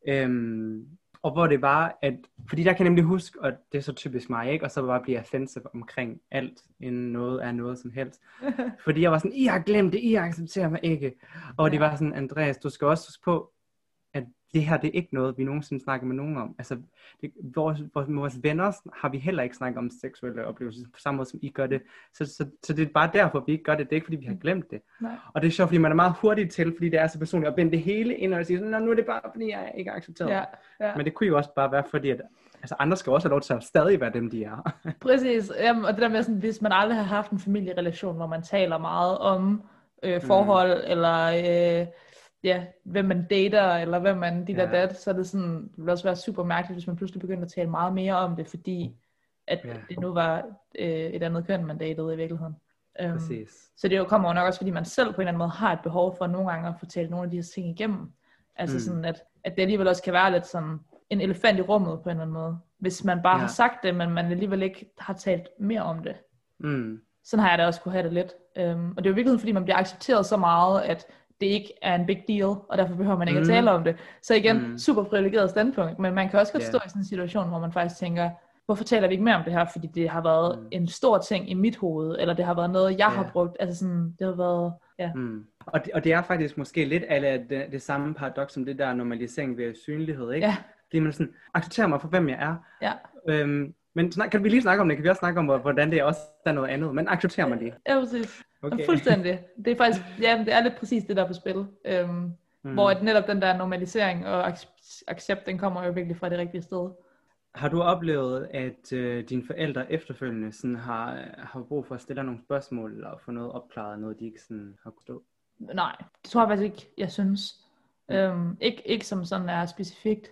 Øhm, og hvor det var, at, fordi der kan jeg nemlig huske, og det er så typisk mig, ikke? Og så bare blive offensive omkring alt, inden noget er noget som helst. Fordi jeg var sådan, I har glemt det, I accepterer mig ikke. Og ja. De var sådan, Andreas, du skal også huske på, at det her, det er ikke noget, vi nogensinde snakker med nogen om. Altså, det, vores, vores, vores venner har vi heller ikke snakket om seksuelle oplevelser, på samme måde som I gør det. Så, så, så det er bare derfor, vi ikke gør det. Det er ikke, fordi vi har glemt det. Nej. Og det er sjovt, fordi man er meget hurtig til, fordi det er så personligt, at binde det hele ind og sige, sådan, nu er det bare, fordi jeg ikke er accepteret. Ja, ja. Men det kunne jo også bare være, fordi at, altså, andre skal også have lov til at stadig være dem, de er. Præcis. Jamen, og det der med, sådan, hvis man aldrig har haft en familierelation, hvor man taler meget om øh, forhold, mm. eller... Øh, ja, hvem man dater, eller hvem man dit og ja. dat, så er det sådan, det ville også være super mærkeligt, hvis man pludselig begyndte at tale meget mere om det, fordi at ja. det nu var øh, et andet køn, man datede i virkeligheden. Um, så det jo kommer jo nok også, fordi man selv på en eller anden måde har et behov for nogle gange at fortælle nogle af de her ting igennem. Altså mm. sådan, at, at det alligevel også kan være lidt sådan en elefant i rummet på en eller anden måde. Hvis man bare ja. har sagt det, men man alligevel ikke har talt mere om det. Mm. Sådan har jeg da også kunne have det lidt. Um, og det er jo virkelig, fordi man bliver accepteret så meget, at det ikke er en big deal, og derfor behøver man ikke mm. at tale om det. Så igen, mm. super privilegeret standpunkt, men man kan også godt yeah. stå i sådan en situation, hvor man faktisk tænker, hvorfor taler vi ikke mere om det her, fordi det har været mm. en stor ting i mit hoved, eller det har været noget, jeg yeah. har brugt, altså sådan, det har været, ja. Mm. Og, det, og det er faktisk måske lidt af det, det samme paradoks som det der normalisering ved synlighed, ikke? Ja. Fordi man sådan, accepterer mig for hvem jeg er. Ja. Øhm, men snak, kan vi lige snakke om det? Kan vi også snakke om, hvordan det også er noget andet? Men accepterer man det? Ja, præcis. Okay. Fuldstændig. Det er faktisk, ja, det er lidt præcis det der på spil. Øhm, mm. Hvor at netop den der normalisering og accept, den kommer jo virkelig fra det rigtige sted. Har du oplevet, at øh, dine forældre efterfølgende sådan har, har brug for at stille nogle spørgsmål, eller få noget opklaret, noget de ikke sådan har kunnet stå? Nej, det tror jeg faktisk ikke, jeg synes. Mm. Øhm, ikke, ikke som sådan er specifikt.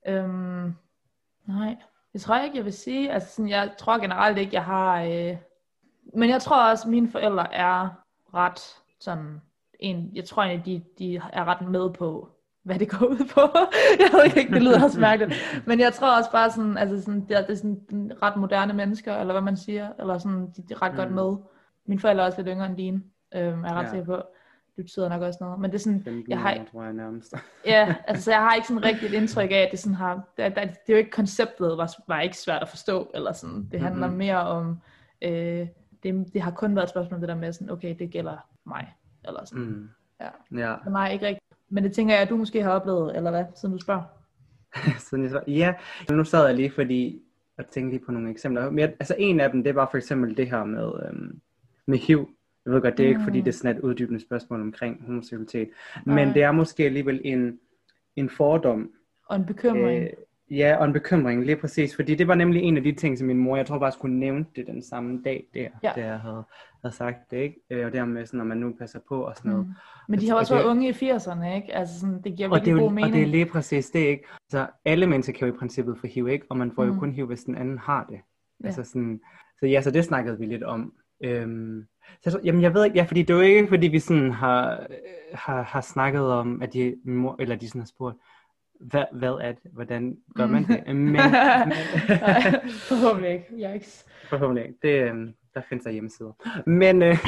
Øhm, nej, det tror jeg ikke, jeg vil sige. Altså sådan, jeg tror generelt ikke, jeg har... Øh, Men jeg tror også, at mine forældre er ret sådan en, jeg tror egentlig, de, de er ret med på, hvad det går ud på. Jeg ved ikke, det lyder også mærkeligt. Men jeg tror også bare sådan, altså sådan, det er, det er sådan ret moderne mennesker, eller hvad man siger, eller sådan, de, de er ret mm. godt med. Mine forældre er også lidt yngre end dine, øhm, er jeg ret ja. sikker på. Det betyder nok også noget. Men det er sådan, jeg har, tror jeg nærmest. ja, altså så jeg har ikke sådan rigtig et indtryk af, at det sådan har, det, det, det er jo ikke konceptet, var, var ikke svært at forstå, eller sådan. Det handler mm-hmm. mere om, øh, Det, det har kun været et spørgsmål det der med sådan, okay, det gælder mig, eller sådan. Mm. Ja. Ja. Så nej, ikke rigtigt. Men det tænker jeg, at du måske har oplevet, eller hvad, siden du spørger? Siden jeg spørger? Ja, nu sad jeg lige, fordi jeg tænkte lige på nogle eksempler. Men jeg, altså en af dem, det var for eksempel det her med, øhm, med H I V. Jeg ved godt, det er mm. ikke fordi, det er sådan et uddybende spørgsmål omkring homoseksualitet. Men nej. Det er måske alligevel en, en fordom. Og en bekymring. Øh, Ja, og en bekymring, lige præcis, fordi det var nemlig en af de ting, som min mor, jeg tror bare, skulle nævne det den samme dag der, ja. da jeg havde, havde sagt det, ikke? Og det med sådan, når man nu passer på og sådan noget. Mm. Men de har også været unge i firserne, ikke? Altså sådan, det giver virkelig god mening. Og det er lige præcis det, ikke? Så alle mennesker kan jo i princippet få H I V, ikke? Og man får mm. jo kun H I V, hvis den anden har det. Ja. Altså sådan, så ja, så det snakkede vi lidt om. Øhm, så, jamen jeg ved ikke, ja, fordi det er jo ikke, fordi vi sådan har, har, har snakket om, at de, mor, eller de sådan har spurgt, Hvad, hvad er det? Hvordan gør man det? Men, men forhåbentlig ikke. Yikes. Forhåbentlig ikke. Det, øhm, der findes der hjemmesider. Men, øh,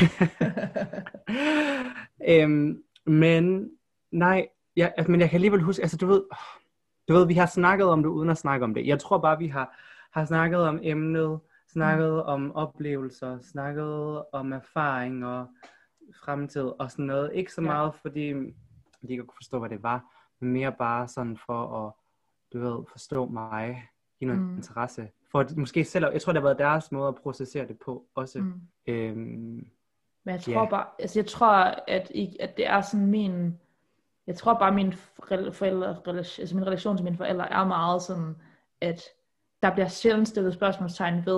øhm, men nej, jeg, altså, men jeg kan alligevel huske, altså du ved, du ved, vi har snakket om det uden at snakke om det. Jeg tror bare, vi har, har snakket om emnet, snakket mm. om oplevelser, snakket om erfaring og fremtid og sådan noget. Ikke så meget, ja. fordi de ikke kunne forstå, hvad det var. Mere bare sådan for at, du ved, forstå mig, give noget mm. interesse. For at måske selv, jeg tror, det har været deres måde at processere det på også. Mm. Øhm, Men jeg tror yeah. bare, altså jeg tror, at, at det er sådan min, jeg tror bare, min forældre, altså min relation til mine forældre er meget sådan, at der bliver sjældent stillet spørgsmålstegn ved,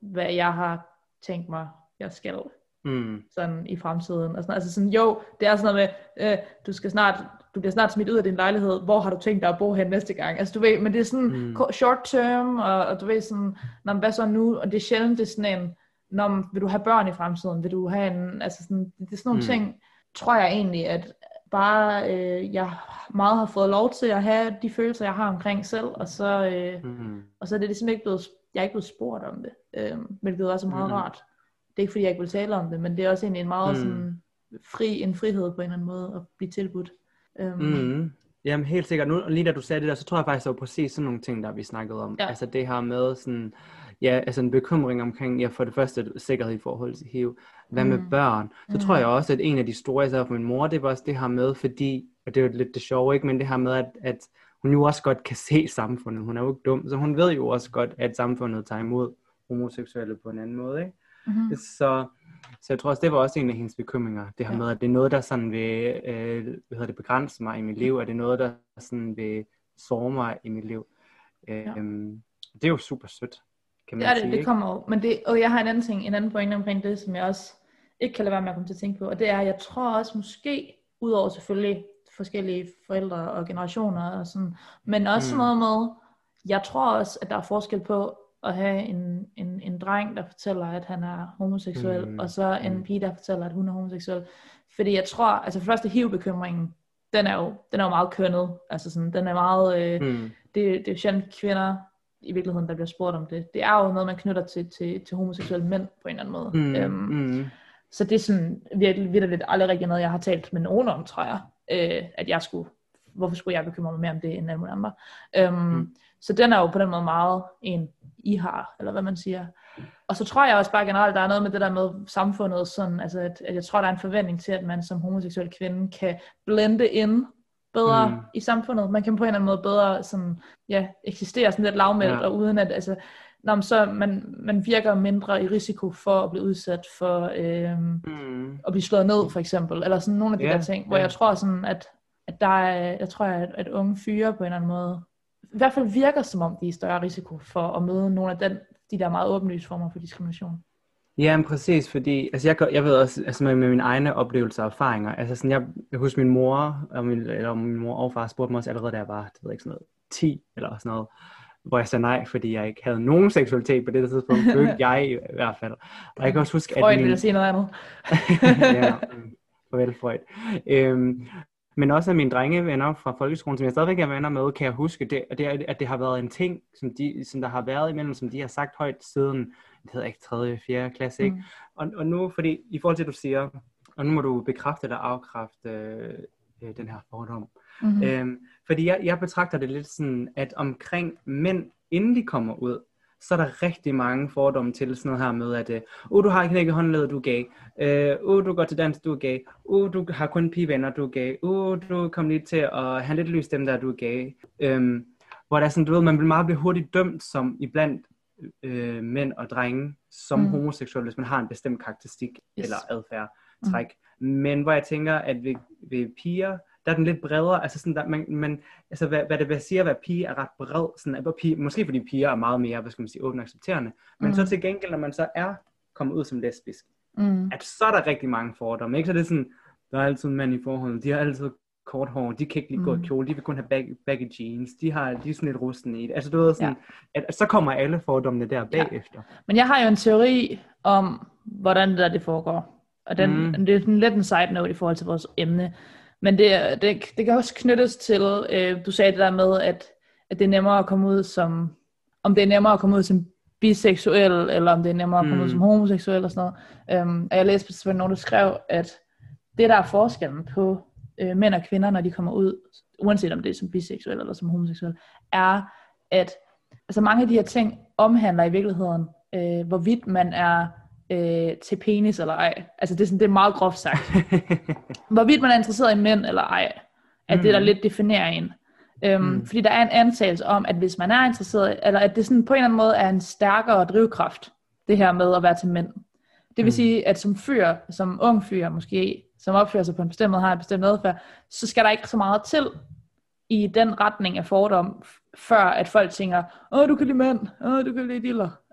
hvad jeg har tænkt mig, jeg skal Mm. sådan i fremtiden. Og sådan, altså sådan, jo, det er sådan noget med, øh, du skal snart, du bliver snart smidt ud af din lejlighed, hvor har du tænkt dig at bo hen næste gang? Altså du ved, men det er sådan mm. short term, og, og du ved sådan, når hvad så nu, og det er sjældent, det er sådan en, når, vil du have børn i fremtiden, vil du have en, altså sådan, det er sådan nogle mm. ting, tror jeg egentlig, at bare, øh, jeg meget har fået lov til at have de følelser, jeg har omkring selv, og så, øh, mm. og så er det ligesom ikke blevet, jeg er ikke blevet spurgt om det, øh, hvilket også er meget mm. rart. Det er ikke fordi, jeg ikke vil tale om det, men det er også egentlig en meget mm. sådan, fri, en frihed på en eller anden måde at blive tilbudt. Um. Mm. Jamen helt sikkert. Nu, lige da du sagde det der, så tror jeg faktisk, det var præcis sådan nogle ting, der vi snakkede om. Ja. Altså det her med sådan, ja, altså en bekymring omkring, ja, for det første sikkerhed i forhold til H I V. Hvad mm. med børn? Så mm. tror jeg også, at en af de store, især for min mor, det var også det her med, fordi, og det er jo lidt det sjove, ikke, men det her med, at, at hun jo også godt kan se samfundet. Hun er jo ikke dum, så hun ved jo også godt, at samfundet tager imod homoseksuelle på en anden måde, ikke? Mm-hmm. Så, så jeg tror også, det var også en af hendes bekymringer. Det her ja. med, at det er noget, der sådan vil øh, hvad hedder det, begrænse mig i mit liv, at det er noget, der sådan vil såre mig i mit liv. Ja. Øhm, det er jo super sødt, kan man det er sige. Det, det kommer jo. Men det, og jeg har en anden ting, en anden pointe omkring det, som jeg også ikke kan lade være med at komme til at tænke på, og det er, jeg tror også måske, udover selvfølgelig forskellige forældre og generationer og sådan, men også mm. noget med, jeg tror også, at der er forskel på at have en, en, en dreng, der fortæller, at han er homoseksuel, mm. og så en pige, der fortæller, at hun er homoseksuel. Fordi jeg tror, altså for første H I V-bekymringen, den er jo, den er jo meget kønnet. Altså sådan, den er meget, øh, mm. det, det er jo sjældent kvinder i virkeligheden, der bliver spurgt om det. Det er jo noget, man knytter til, til, til homoseksuelle mænd på en eller anden måde. Mm. Øhm, mm. Så det er sådan virkelig, virkelig aldrig rigtig noget, jeg har talt med nogen om, tror jeg, øh, at jeg skulle, hvorfor skulle jeg bekymre mig mere om det, end alle mulige andre. Øhm, mm. Så den er jo på den måde meget en, I har, eller hvad man siger. Og så tror jeg også bare generelt, der er noget med det der med samfundet, sådan, altså at, at jeg tror, der er en forventning til, at man som homoseksuel kvinde kan blende ind bedre mm. i samfundet. Man kan på en eller anden måde bedre sådan, ja, eksistere sådan lidt lavmældt, ja. Og uden at, altså, når man, så man, man virker mindre i risiko for at blive udsat for øhm, mm. at blive slået ned, for eksempel, eller sådan nogle af de yeah, der ting, hvor yeah. jeg tror sådan, at, at der er, jeg tror, at, at unge fyre på en eller anden måde, i hvert fald virker som om, de er i større risiko for at møde nogle af den, de der meget åbenlyse former for diskrimination. Ja, men præcis, fordi altså jeg, jeg ved også, altså med, med mine egne oplevelser og erfaringer, altså sådan, jeg, jeg husker min mor, og min, eller min mor og far spurgte mig også allerede, da jeg var, det ved ikke, sådan noget, ti eller sådan noget, hvor jeg sagde nej, fordi jeg ikke havde nogen seksualitet på det der tidspunkt, følte jeg i hvert fald. Og jeg kan også huske, Freud at min... vil sige noget andet. Ja, farvel Freud. Øhm, Men også af mine drengevenner fra folkeskolen, som jeg stadigvæk er venner med, kan jeg huske, det, det er, at det har været en ting, som, de, som der har været imellem, som de har sagt højt siden, det hedder ikke tredje, fjerde klasse, ikke? Mm. Og, og nu, fordi i forhold til, at du siger, og nu må du bekræfte eller afkræfte øh, den her fordom. Mm-hmm. Øhm, fordi jeg, jeg betragter det lidt sådan, at omkring mænd, inden de kommer ud, så er der rigtig mange fordomme til sådan noget her med, at uh, du har knækket håndledet, du er gay. Uh, du går til dans, du er gay. Uh, du har kun pigevenner, du er gay. Uh, du kommer lige til at have lidt lys dem der, du er gay. Um, hvor der er sådan, du ved, man vil meget blive hurtigt dømt som iblandt uh, mænd og drenge som mm. homoseksuelle, hvis man har en bestemt karakteristik yes. eller adfærd, træk. Mm. Men hvor jeg tænker, at ved, ved piger, der er den lidt bredere, altså sådan der, man, man, altså hvad, hvad det vil sige at være pige er ret bred, sådan at pige, måske fordi piger er meget mere, hvad skal man sige, åbne og accepterende, men mm. så til gengæld, når man så er kommet ud som lesbisk, mm. at så er der rigtig mange fordomme, ikke? Så det er sådan, der er altid mænd i forholdet, de har altid kort hår, de kan ikke lige gå mm. i kjole, de vil kun have baggy, baggy jeans, de har, de er sådan lidt rusten i det, altså du ved sådan, ja. at, at så kommer alle fordommene der bagefter. Ja. Men jeg har jo en teori om, hvordan det der det foregår, og den, mm. det er sådan lidt en side note i forhold til vores emne. Men det, det, det kan også knyttes til, øh, du sagde det der med, at, at det er nemmere at komme ud som, om det er nemmere at komme ud som biseksuel, eller om det er nemmere at komme mm. ud som homoseksuel og sådan noget. Um, og jeg læste på nogen, der skrev, at det der er forskellen på øh, mænd og kvinder, når de kommer ud, uanset om det er som biseksuel eller som homoseksuel, er, at altså mange af de her ting omhandler i virkeligheden, øh, hvorvidt man er Øh, til penis eller ej. Altså det er, sådan, det er meget groft sagt. Hvorvidt man er interesseret i mænd eller ej, at mm. det der lidt definerer en. Øhm, mm. Fordi der er en antagelse om, at hvis man er interesseret, eller at det sådan på en eller anden måde er en stærkere drivkraft, det her med at være til mænd. Det vil mm. sige, at som fyr, som ung fyr måske, som opfører sig på en bestemt måde, har en bestemt adfærd, så skal der ikke så meget til i den retning af fordom, før at folk tænker, åh, du kan lide mænd, åh, du kan lide diller.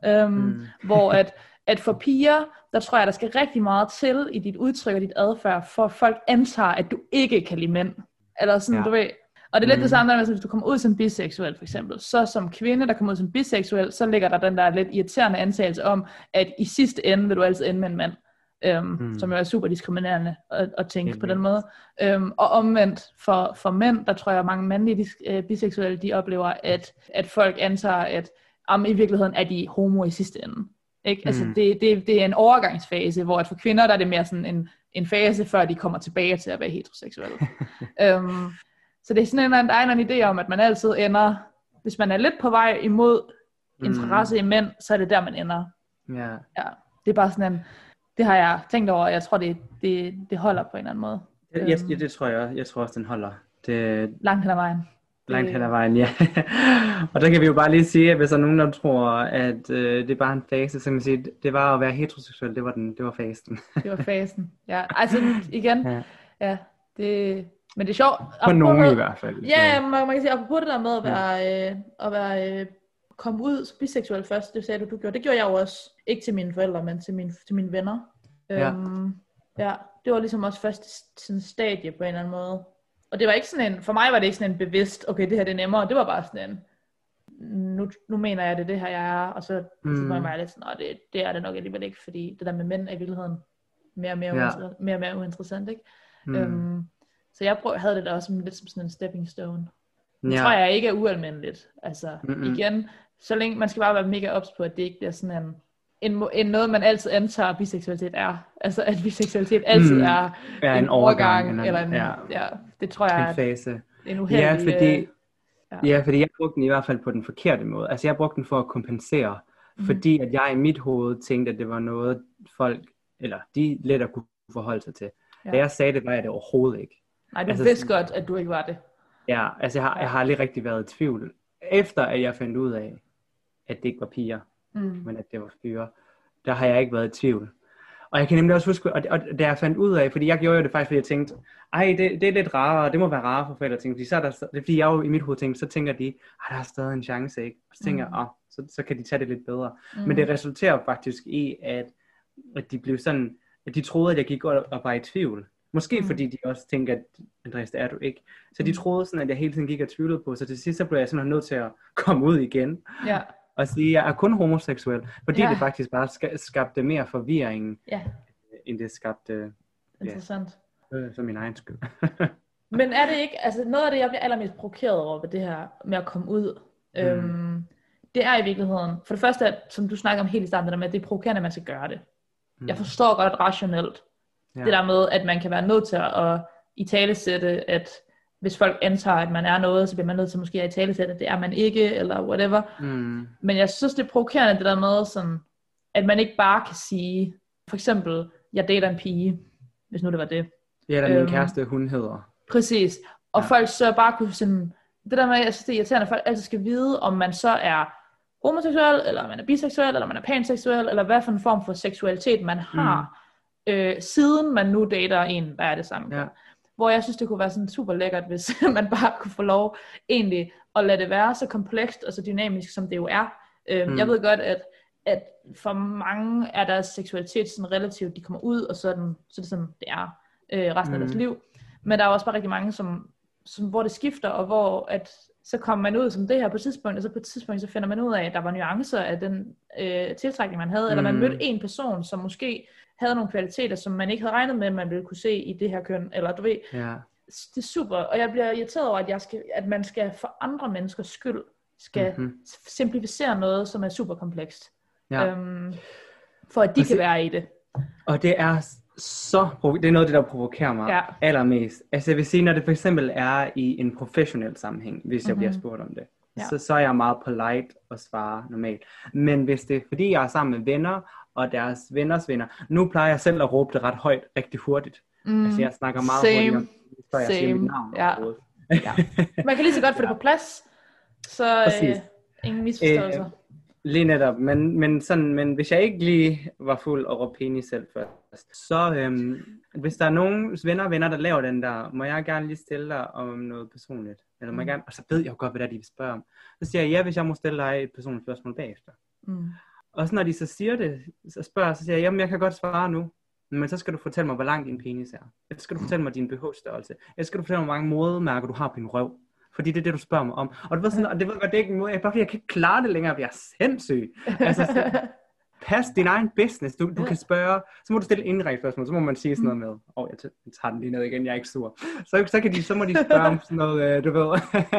Øhm, Mm. hvor at, at for piger, der tror jeg, der skal rigtig meget til i dit udtryk og dit adfærd, for at folk antager, at du ikke kan lide mænd. Eller sådan, Ja. du ved. Og det er lidt Mm. det samme, der, hvis du kommer ud som biseksuel for eksempel, så som kvinde, der kommer ud som biseksuel, så ligger der den der lidt irriterende antagelse om, at i sidste ende vil du altid ende med en mand. Øhm, mm. Som jo er super diskriminerende at, at tænke på den måde. Øhm, og omvendt for, for mænd, der tror jeg, at mange mandlige øh, biseksuelle, de oplever, at, at folk antager, at om i virkeligheden er de homo i sidste ende. Ikke? Altså, Mm. det, det, det er en overgangsfase, hvor at for kvinder, der er det mere sådan en, en fase, før de kommer tilbage til at være heteroseksuelle. øhm, så det er sådan en, der er en idé om, at man altid ender, hvis man er lidt på vej imod interesse mm. i mænd, så er det der, man ender. Yeah. Ja, det er bare sådan en, det har jeg tænkt over, og jeg tror, det, det, det holder på en eller anden måde. Ja, øhm, ja, det tror jeg Jeg tror også, den holder. Det, langt hen ad vejen. Langt hen ad vejen, ja. Og der kan vi jo bare lige sige, at hvis der er nogen, der tror, at øh, det er bare en fase, så kan man sige, det var at være heteroseksuel, det var, den, det var fasen. Det var fasen, ja. Altså igen, ja, ja det, men det er sjovt. For nogen i hvert fald. Ja, man, man kan sige, apropos det der med at være, ja. øh, at være øh, komme ud som biseksuel først, det sagde du, du gjorde. Det gjorde jeg jo også, ikke til mine forældre, men til mine, til mine venner. Ja. Øhm, ja, det var ligesom også første sådan stadie på en eller anden måde. Og det var ikke sådan en, for mig var det ikke sådan en bevidst, okay, det her det er nemmere, det var bare sådan en, nu, nu mener jeg det, det her jeg er, og så, mm. så må jeg være lidt sådan, det, det er det nok alligevel ikke, fordi det der med mænd er i virkeligheden mere og mere, ja. uinter- mere, og mere uinteressant, ikke? Mm. Øhm, så jeg prøv, havde det da også lidt som sådan en stepping stone. Det ja. tror jeg ikke er ualmindeligt, altså mm-hmm. igen, så længe, man skal bare være mega ops på, at det ikke bliver sådan en, En, en noget, man altid antager, biseksualitet er. Altså, at biseksualitet altid mm. er ja, en, en overgang. overgang eller en, ja. ja, det tror jeg en fase. Er en uheldig... Ja, fordi, ja. ja, fordi jeg brugte den i hvert fald på den forkerte måde. Altså, jeg brugte den for at kompensere. Mm. Fordi at jeg i mit hoved tænkte, at det var noget, folk, eller de lettere kunne forholde sig til. Ja. Da jeg sagde det, var jeg det overhovedet ikke. Nej, du altså, vidste godt, at du ikke var det. Ja, altså, jeg har, jeg har aldrig rigtig været i tvivl. Efter at jeg fandt ud af, at det ikke var piger, mm. men at det var fyre, der har jeg ikke været i tvivl. Og jeg kan nemlig også huske, og, og da jeg fandt ud af, fordi jeg gjorde jo det faktisk, fordi jeg tænkte, ej, det, det er lidt rarere, det må være rarere for forældre, tænkte, fordi så er der, det er fordi jeg jo i mit hoved tænkte, så tænker de, ej, der er stadig en chance, ikke? Og så tænker mm. jeg, åh, så, så kan de tage det lidt bedre. Mm. Men det resulterer faktisk i, at, at de blev sådan, at de troede, at jeg gik og, og var i tvivl. Måske mm. fordi de også tænker, at Andreas, det er du ikke. Så de troede sådan, at jeg hele tiden gik og tvivlede på, så til sidst så blev jeg sådan nødt til at komme ud igen. Ja. Og sige, at jeg er kun homoseksuel, fordi ja. det faktisk bare skabte mere forvirring, ja. end det skabte... Interessant. Ja, for min egen skyld. Men er det ikke, altså noget af det, jeg bliver allermest provokeret over ved det her med at komme ud, mm. øhm, det er i virkeligheden, for det første, at, som du snakker om helt i starten, det der med, at det er provokerende, at man skal gøre det. Mm. Jeg forstår godt rationelt, ja. det der med, at man kan være nødt til at italesætte, at hvis folk antager, at man er noget, så bliver man nødt til måske at italesætte, at det er man ikke, eller whatever. Mm. Men jeg synes, det er provokerende, det der med, sådan, at man ikke bare kan sige, for eksempel, jeg dater en pige, hvis nu det var det. Ja, der er min øhm, kæreste, hun hedder. Præcis. Og ja. folk så bare kunne sådan, det der med, jeg synes, det er irriterende, at folk altid skal vide, om man så er homoseksuel, eller man er biseksuel, eller man er panseksuel, eller hvad for en form for seksualitet man har, mm. øh, siden man nu dater en, der er det samme. Ja. Hvor jeg synes, det kunne være sådan super lækkert, hvis man bare kunne få lov egentlig at lade det være så komplekst og så dynamisk, som det jo er. Øhm, mm. Jeg ved godt, at, at for mange er deres seksualitet sådan relativt, de kommer ud, og sådan, så er det sådan, det er øh, resten mm. af deres liv. Men der er også bare rigtig mange, som, som, hvor det skifter, og hvor at, så kommer man ud som det her på et tidspunkt, og så på et tidspunkt, så finder man ud af, at der var nuancer af den øh, tiltrækning, man havde, mm. eller man mødte en person, som måske havde nogle kvaliteter, som man ikke havde regnet med, at man ville kunne se i det her køn, eller du ved, ja. Det er super, og jeg bliver irriteret over, at, jeg skal, at man skal for andre menneskers skyld, skal mm-hmm. simplificere noget, som er super komplekst, ja. øhm, for at de kan være i det. Og det er så, det er noget af det, der provokerer mig ja. allermest. Altså jeg vil sige, når det for eksempel er i en professionel sammenhæng, hvis jeg mm-hmm. bliver spurgt om det, ja. så, så er jeg meget polite og svarer normalt. Men hvis det er, fordi jeg er sammen med venner, og deres venners venner. Nu plejer jeg selv at råbe det ret højt, rigtig hurtigt. Mm, altså jeg snakker meget same, hurtigt, før jeg siger mit navn. Ja. Ja. Man kan lige så godt få det på plads, så øh, ingen misforståelser. Øh, lige netop, men, men, sådan, men hvis jeg ikke lige var fuld og råbte penis selv først, så øhm, hvis der er nogen venner og venner, der laver den der, må jeg gerne lige stille dig om noget personligt? Eller må mm. jeg gerne, og så ved jeg jo godt, hvad der er, de vil spørge om. Så siger jeg, ja, hvis jeg må stille dig et personligt spørgsmål bagefter. Mm. Og så når de så siger det, så spørger jeg, så siger jeg, jamen jeg kan godt svare nu. Men så skal du fortælle mig, hvor lang din penis er. Ellers skal du fortælle mig din B H-størrelse. Ellers skal du fortælle mig, hvor mange modemærker du har på din røv. Fordi det er det, du spørger mig om. Og det var sådan, og det var godt, det er ikke en måde, bare fordi jeg kan ikke klare det længere, jeg er sindssyg. Altså, så, pas din egen business. Du, du kan spørge, så må du stille indrettet spørgsmål, så må man sige sådan noget med, åh, oh, jeg tager den lige ned igen, jeg er ikke sur. Så, så, kan de, så må de spørge om sådan noget, uh, du ved.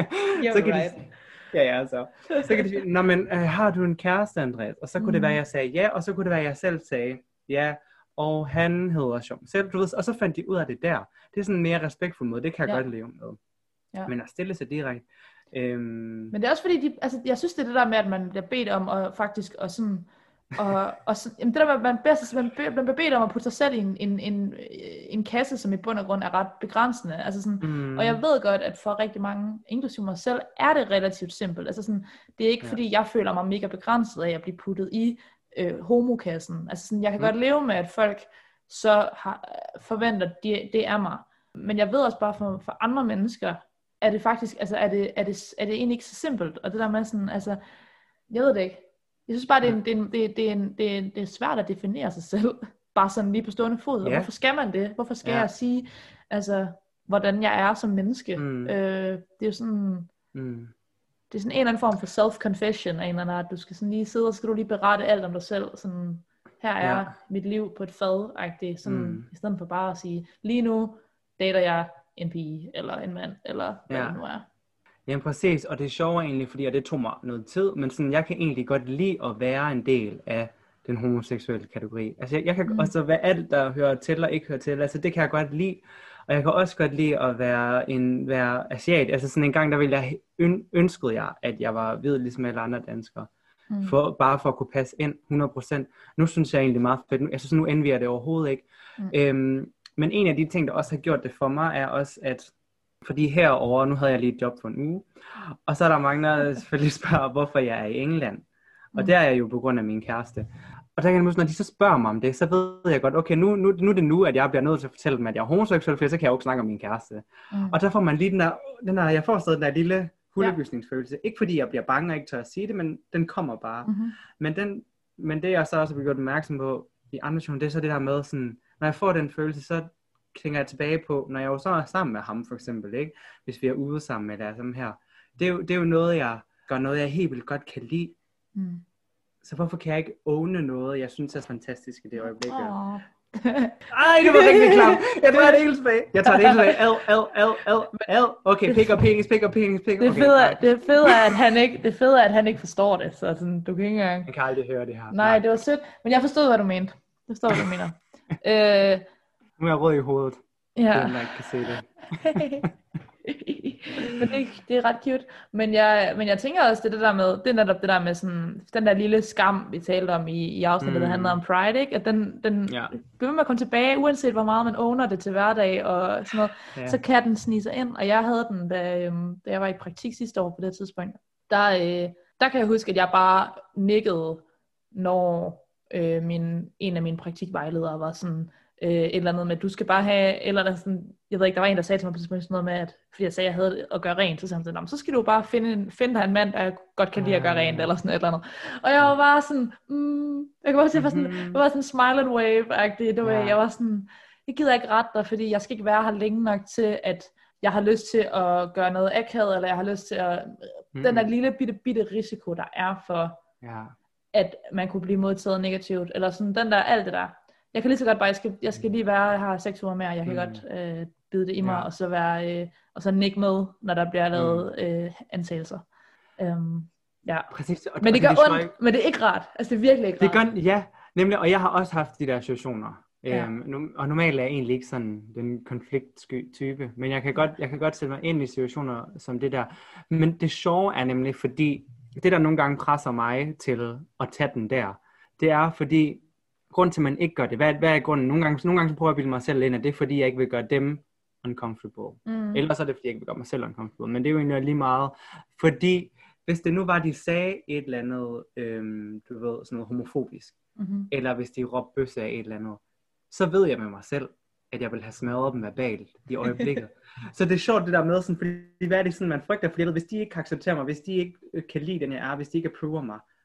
så kan right. de, ja, ja, så. Så kan de sige, nå, men uh, har du en kæreste, Andreas? Og så kunne mm. det være, jeg sagde ja, og så kunne det være, jeg selv sagde ja. Og han hedder Jean selv, du ved, og så fandt de ud af det der. Det er sådan en mere respektfuld måde, det kan jeg ja. godt leve med. Ja. Men at stille sig direkte. Øhm... Men det er også fordi, de, altså, jeg synes, det er det der med, at man bliver bedt om at faktisk, og sådan, og, og sådan, jamen det der med, at man, bedst, man, man bliver bedt om at putte sig selv i en, en, en, en kasse, som i bund og grund er ret begrænsende. Altså sådan, mm. Og jeg ved godt, at for rigtig mange, inklusive mig selv, er det relativt simpelt. Altså sådan, det er ikke ja. fordi, jeg føler mig mega begrænset af at blive puttet i øh, homokassen. Altså sådan, jeg kan mm. godt leve med, at folk så har, forventer, at det, det er mig. Men jeg ved også bare, for, for andre mennesker, er det faktisk, altså er det, er det, er det egentlig ikke så simpelt. Og det der med sådan, altså, jeg ved det ikke. Jeg synes bare, det er, en, det, er en, det, er, det, er en, det, er, det er svært at definere sig selv. Bare sådan lige på stående fod. Yeah. Hvorfor skal man det? Hvorfor skal yeah. jeg sige, altså, hvordan jeg er som menneske? Mm. Øh, det er jo sådan... Mm. Det er sådan en eller anden form for self-confession af en eller anden art. Du skal sådan lige sidde, og skal du lige berette alt om dig selv. Sådan, her er ja. mit liv på et fad. Sådan, mm. I stedet for bare at sige, lige nu dater jeg en pige, eller en mand, eller hvad ja. det nu er. Jamen præcis, og det er sjovt egentlig, fordi og det tog mig noget tid, men sådan, jeg kan egentlig godt lide at være en del af den homoseksuelle kategori. Altså jeg, jeg kan mm. også være alt, der hører til og ikke hører til, altså det kan jeg godt lide. Og jeg kan også godt lide at være en være asiat. Altså sådan en gang, der ville jeg øn, ønskede jeg, at jeg var hvid ligesom alle andre danskere. Mm. For, bare for at kunne passe ind hundrede procent. Nu synes jeg egentlig meget fedt. Jeg synes, nu envier det overhovedet ikke. Mm. Øhm, men en af de ting, der også har gjort det for mig, er også, at fordi herover nu havde jeg lige et job for en uge. Og så er der mange, der selvfølgelig spørger, hvorfor jeg er i England. Og mm. det er jeg jo på grund af min kæreste. Og der kan jeg, når de så spørger mig om det, så ved jeg godt, okay, nu, nu, nu er det nu, at jeg bliver nødt til at fortælle dem, at jeg er homoseksuel, for så kan jeg jo ikke snakke om min kæreste. Mm. Og der får man lige den der, den der jeg får stadig den der lille hulebysningsfølelse. Ja. Ikke fordi jeg bliver bange og ikke tør at sige det, men den kommer bare. Mm-hmm. Men, den, men det jeg så også har gjort opmærksom på i andre situationer, det er så det der med sådan, når jeg får den følelse, så tænker jeg tilbage på, når jeg jo så er sammen med ham for eksempel, ikke? Hvis vi er ude sammen med det sådan her. Det er, jo, det er jo noget, jeg gør noget, jeg helt vildt godt kan lide. Mm. Så hvorfor kan jeg ikke owne noget, jeg synes er fantastisk i det øjeblik? Oh. Ej, det var rigtig klart. Jeg tager det hele tilbage. Jeg tager det hele tilbage. L, L, L, L, L. Okay, pik og penis, pik og penis, pik. Det okay, fede er, det fede er, at han ikke, det fede er, at han ikke forstår det, så sådan, du kan ikke engang. Jeg kan aldrig høre det her. Nej, Nej. Det var sødt, men jeg forstod, hvad du mente. Jeg forstår, hvad du mener. øh, nu er jeg rød i hovedet. Ja. Det er, jeg ikke kan se det. Men det, det er ret cute. Men jeg, men jeg tænker også, det, det der med, det er netop det der med sådan, den der lille skam, vi talte om i, i afsnittet, mm. der handler om Pride, ikke? At den, den ja. bliver med at komme tilbage, uanset hvor meget man owner det til hverdag og sådan noget, ja. så kan den snige sig ind. Og jeg havde den, da, øhm, da jeg var i praktik sidste år på det tidspunkt. Der, øh, der kan jeg huske, at jeg bare nikkede, når øh, min, en af mine praktikvejledere var sådan, Øh, et eller andet med, du skal bare have, eller der sådan, jeg ved ikke, der var en, der sagde til mig på sådan noget med, at, fordi jeg sagde, at jeg havde at gøre rent, så sagde han sådan, så skal du bare finde, en, finde dig en mand, der godt kan lide at gøre rent, eller sådan et eller andet. Og jeg var bare sådan, mm, jeg kan bare sige, jeg var sådan, jeg var sådan smile and wave-agtig, det var, jeg var sådan, jeg gider ikke rette dig, fordi jeg skal ikke være her længe nok til, at jeg har lyst til at gøre noget akavet, eller jeg har lyst til at, mm. den der lille bitte, bitte risiko, der er for, ja. at man kunne blive modtaget negativt, eller sådan den der, alt det der. Jeg kan lige så godt bare, jeg skal, jeg skal lige være, jeg har seks uger mere, jeg kan mm. godt øh, bide det i mig, ja. og så være, øh, og så nikke med, når der bliver lavet mm. øh, antagelser. Um, ja. Præcis. Og, men det og gør det ondt, ikke... men det er ikke rart. Altså det er virkelig ikke det rart. Gør, ja, nemlig, og jeg har også haft de der situationer. Ja. Øhm, nu, og normalt er jeg egentlig ikke sådan den konfliktsky type, men jeg kan, godt, jeg kan godt sætte mig ind i situationer som det der. Men det sjove er nemlig, fordi det der nogle gange presser mig til at tage den der, det er fordi, grund til, at man ikke gør det. Hvad, hvad er grunden? Nogle gange, nogle gange så prøver jeg at bilde mig selv ind, at det er, fordi jeg ikke vil gøre dem uncomfortable. Mm. Ellers er det, fordi jeg ikke vil gøre mig selv uncomfortable. Men det er jo egentlig lige meget. Fordi, hvis det nu var, de sagde et eller andet, øhm, du ved, sådan noget homofobisk, mm-hmm. eller hvis de råbte bøsse af et eller andet, så ved jeg med mig selv, at jeg vil have smadret dem verbalt i øjeblikket. Så det er sjovt det der med, sådan, fordi hvad er det sådan, man frygter, fordi hvis de ikke kan acceptere mig, hvis de ikke kan lide den jeg er, hvis de ikke approver mig,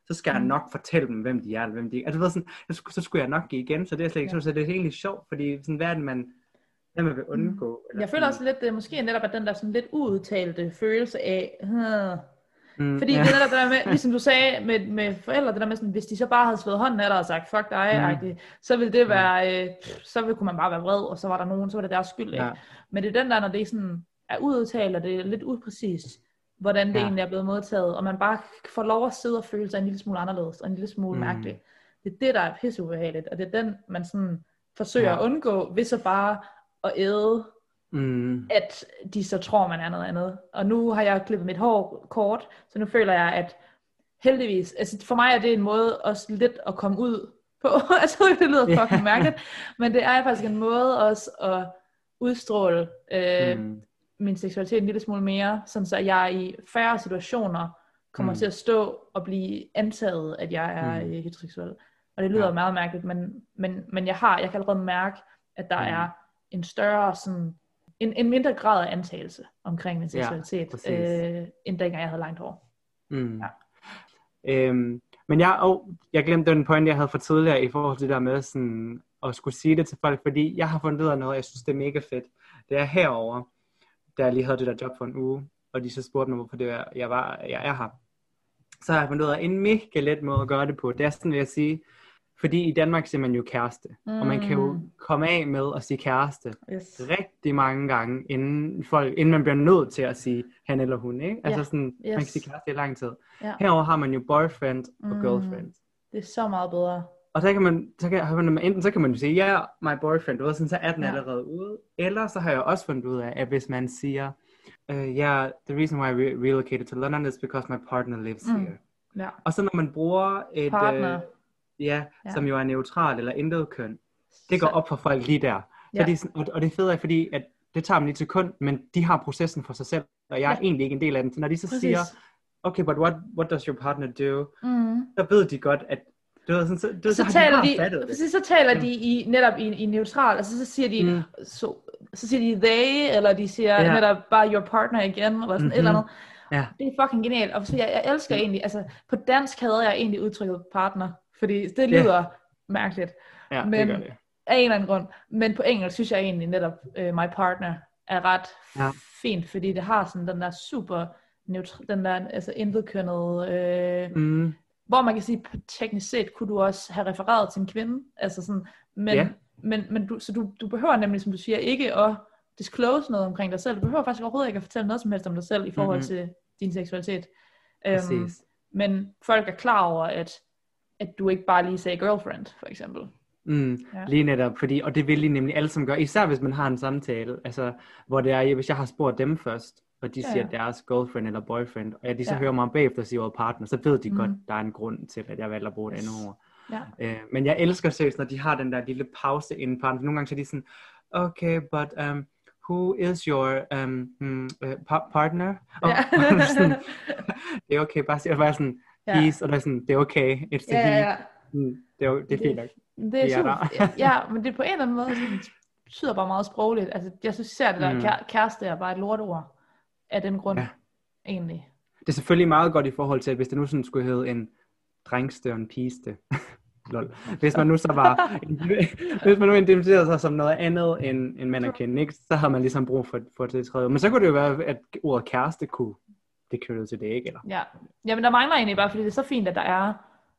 så skal jeg Mm. nok fortælle dem, hvem de er, eller hvem de er. Altså, du ved, sådan, så, så skulle jeg nok give igen, så det er slet ikke, Ja. så det er egentlig sjovt, fordi sådan, hvad er det, man, hvad man vil undgå? Eller Jeg føler sådan, også lidt, det er måske netop at den der sådan lidt uudtalte følelse af, hmm. mm, Fordi ja. det er netop det der med, ligesom du sagde med, med forældre, det der med sådan, hvis de så bare havde slået hånden af dig og sagt, fuck dig, Mm. så ville det være, øh, så ville, kunne man bare være vred, og så var der nogen, så var det deres skyld, ikke? Ja. Men det er den der, når det er sådan, er ududtalt, og det er lidt upræcist, hvordan det Ja. egentlig er blevet modtaget, og man bare får lov at sidde og føle sig en lille smule anderledes, og en lille smule Mm. mærkelig. Det er det, der er pisseubehageligt, og det er den, man sådan forsøger Ja. at undgå, ved så bare at æde, Mm. at de så tror, man er noget andet. Og nu har jeg klippet mit hår kort, så nu føler jeg, at heldigvis, altså for mig er det en måde også lidt at komme ud på. Altså det lyder fucking mærkeligt, men det er faktisk en måde også at udstråle øh, Mm. min seksualitet en lille smule mere, sådan så jeg i færre situationer kommer Mm. til at stå og blive antaget, at jeg er Mm. øh, heteroseksuel. Og det lyder Ja. meget mærkeligt, men, men, men jeg har, jeg kan allerede mærke, at der Mm. er en større sådan, en, en mindre grad af antagelse omkring min seksualitet, præcis. øh, end dengang jeg havde langt hår. Mm. Ja. Øhm, men jeg, oh, jeg glemte den point, jeg havde for tidligere i forhold til det der med sådan, at skulle sige det til folk, fordi jeg har fundet ud af noget, jeg synes, det er mega fedt. Det er herover, da jeg lige havde det der job for en uge, og de så spurgte mig, hvorfor det er, jeg, var, jeg er her. Så har jeg fundet ud af en mega let måde at gøre det på. Det er sådan, vil jeg sige, fordi i Danmark siger man jo kæreste, mm. og man kan jo komme af med at sige kæreste Yes. rigtig mange gange, inden, folk, inden man bliver nødt til at sige han eller hun, ikke? Altså Ja. sådan, Yes. man kan sige kæreste i lang tid. Ja. Herover har man jo boyfriend og Mm. girlfriend. Det er så meget bedre. Og så kan man, så kan, har man, enten så kan man jo sige, ja, yeah, my boyfriend, du ved, sådan, så er den Ja. allerede ude. Eller så har jeg også fundet ud af, at hvis man siger, uh, yeah, the reason why I re- relocated to London is because my partner lives Mm. here. Ja. Og så når man bruger et, Partner. øh, ja, Ja. som jo er neutral eller intet køn, det går Så- op for folk lige der. Ja. Fordi, sådan- og, og det fede er, fordi at det tager dem lige til kun, men de har processen for sig selv, og jeg er Ja. egentlig ikke en del af den. Så når de så Præcis. siger, okay, but what, what does your partner do? Mm. Så ved de godt, at du ved, sådan, så, du, så, Så, har taler de, de, bare fattet det. præcis, så taler Ja. de i, netop i, i neutral, altså så siger de, Mm. så, så siger de they, eller de siger Ja. netop bare your partner igen, eller sådan Mhm. et eller andet. Ja. Det er fucking genialt, og så jeg, jeg elsker Mm. egentlig, altså på dansk havde jeg egentlig udtrykket partner, fordi det lyder mærkeligt, Ja, men det gør det. af en eller anden grund, men på engelsk synes jeg egentlig netop, uh, my partner er ret Ja. fint, fordi det har sådan den der super, neutral, den der altså intetkønnede, øh, Mm. hvor man kan sige, teknisk set kunne du også have refereret til en kvinde, altså sådan, men, Ja. men, men du, så du, du behøver nemlig, som du siger, ikke at disclose noget omkring dig selv, du behøver faktisk overhovedet ikke at fortælle noget som helst om dig selv, i forhold Mhm. til din seksualitet, øhm, Præcis. men folk er klar over, at, at du ikke bare lige sagde girlfriend, for eksempel. Mm, Ja. lige netop, fordi, og det vil de nemlig alle sammen gøre, især hvis man har en samtale, altså, hvor det er, hvis jeg har spurgt dem først, og de Ja, siger ja. deres girlfriend eller boyfriend, og jeg, de så Ja. hører mig bagefter sige ordet partner, så ved de Mhm. godt, der er en grund til, at jeg valgte at bruge et Yes. andet ord. Ja. Øh, men jeg elsker seriøst, når de har den der lille pause inden partner. Nogle gange så er de sådan, okay, but um, who is your um, mm, uh, pa- partner? Og, Ja. og det er sådan, det er okay, bare sige, og bare sådan, Ja. he's, og det er sådan, det er okay, it's the Ja, he. ja, ja. Mm, det er, det er fint nok. Det Vi er er super, der. ja, men det er på en eller anden måde, sådan, betyder bare meget sprogligt. Altså, jeg synes især det der Mm. kære- kæreste er bare et lortord af den grund, Ja. egentlig. Det er selvfølgelig meget godt i forhold til, at hvis det nu sådan skulle hedde en drengste og en pigeste. Lol. Hvis man nu så var, hvis man nu identificerede sig som noget andet end, end mand og kvinde, ikke? Så havde man ligesom brug for, for det tredje. Men så kunne det jo være, at ordet kæreste kunne det kørte til det, ikke? Eller? Ja. Jamen, der mangler egentlig bare, fordi det er så fint, at der er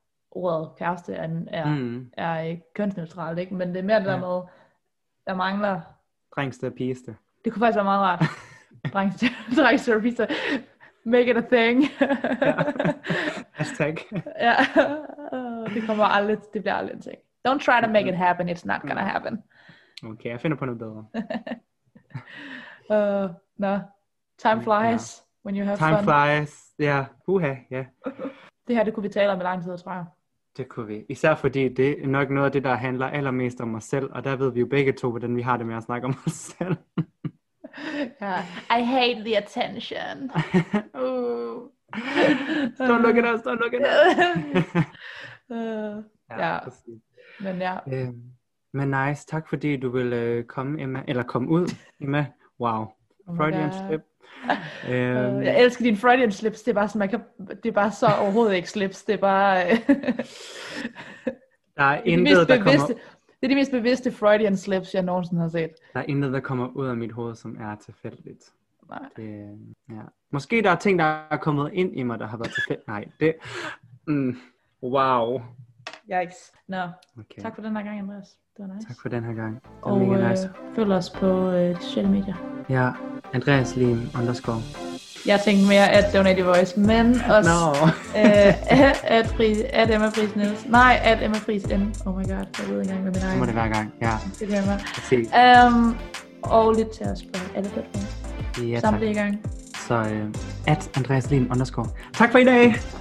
ordet kæreste er, er, Mm. er ikke kønsneutralt, ikke? Men det er mere det der Ja. med, der mangler, Drengste og pigeste. det kunne faktisk være meget rart. Drengsterapi, make it a thing. Ja. Hashtag. Ja, det kommer aldrig, det bliver aldrig en ting. Don't try to make it happen, it's not gonna happen. Okay, jeg finder på noget bedre. Uh, no, time flies when you have Time fun. flies. Ja, uha, ja. Det her, det kunne vi tale om i lang tid, tror jeg. Det kunne vi. Især fordi det er nok noget af det, der handler allermest om os selv, og der ved vi jo begge to, hvordan vi har det med at snakke om os selv. Yeah. I hate the attention. uh. Don't look at us, don't look at us. uh, ja, præcis. men ja. Øhm, men nice, tak fordi du vil øh, komme, Emma, eller komme ud, Emma. Wow. Oh Freudian slip. øhm. Jeg elsker dine Freudian slips. Det er bare, så, man kan, det er bare så overhovedet ikke slips. Det er bare... der er intet, der kommer... Det er de mest bevidste Freudian slips, jeg nogensinde har set. Der er intet, der kommer ud af mit hoved, som er tilfældigt. Nej. Det, ja. Måske der er ting, der er kommet ind i mig, der har været tilfældigt. Nej, det... Mm, wow. Yikes. Nå, okay. Tak for den her gang, Andreas. Det var nice. Tak for den her gang. Det var og mega nice. Øh, følg os på øh, sociale medier. Ja, Andreas Lim underscore. Jeg tænkte mere at Donate Your Voice, men også no. øh, at, Fris, at Emma Friis Niels. Nej, at Emma Friis N. Oh my god, jeg ved ikke engang med min egen. Så må det hver gang, ja. Det kan jeg um, Og lidt til os på alle platforme. Ja, samtlige gang. Så øh, at Andreas Lim underscore. Tak for i dag!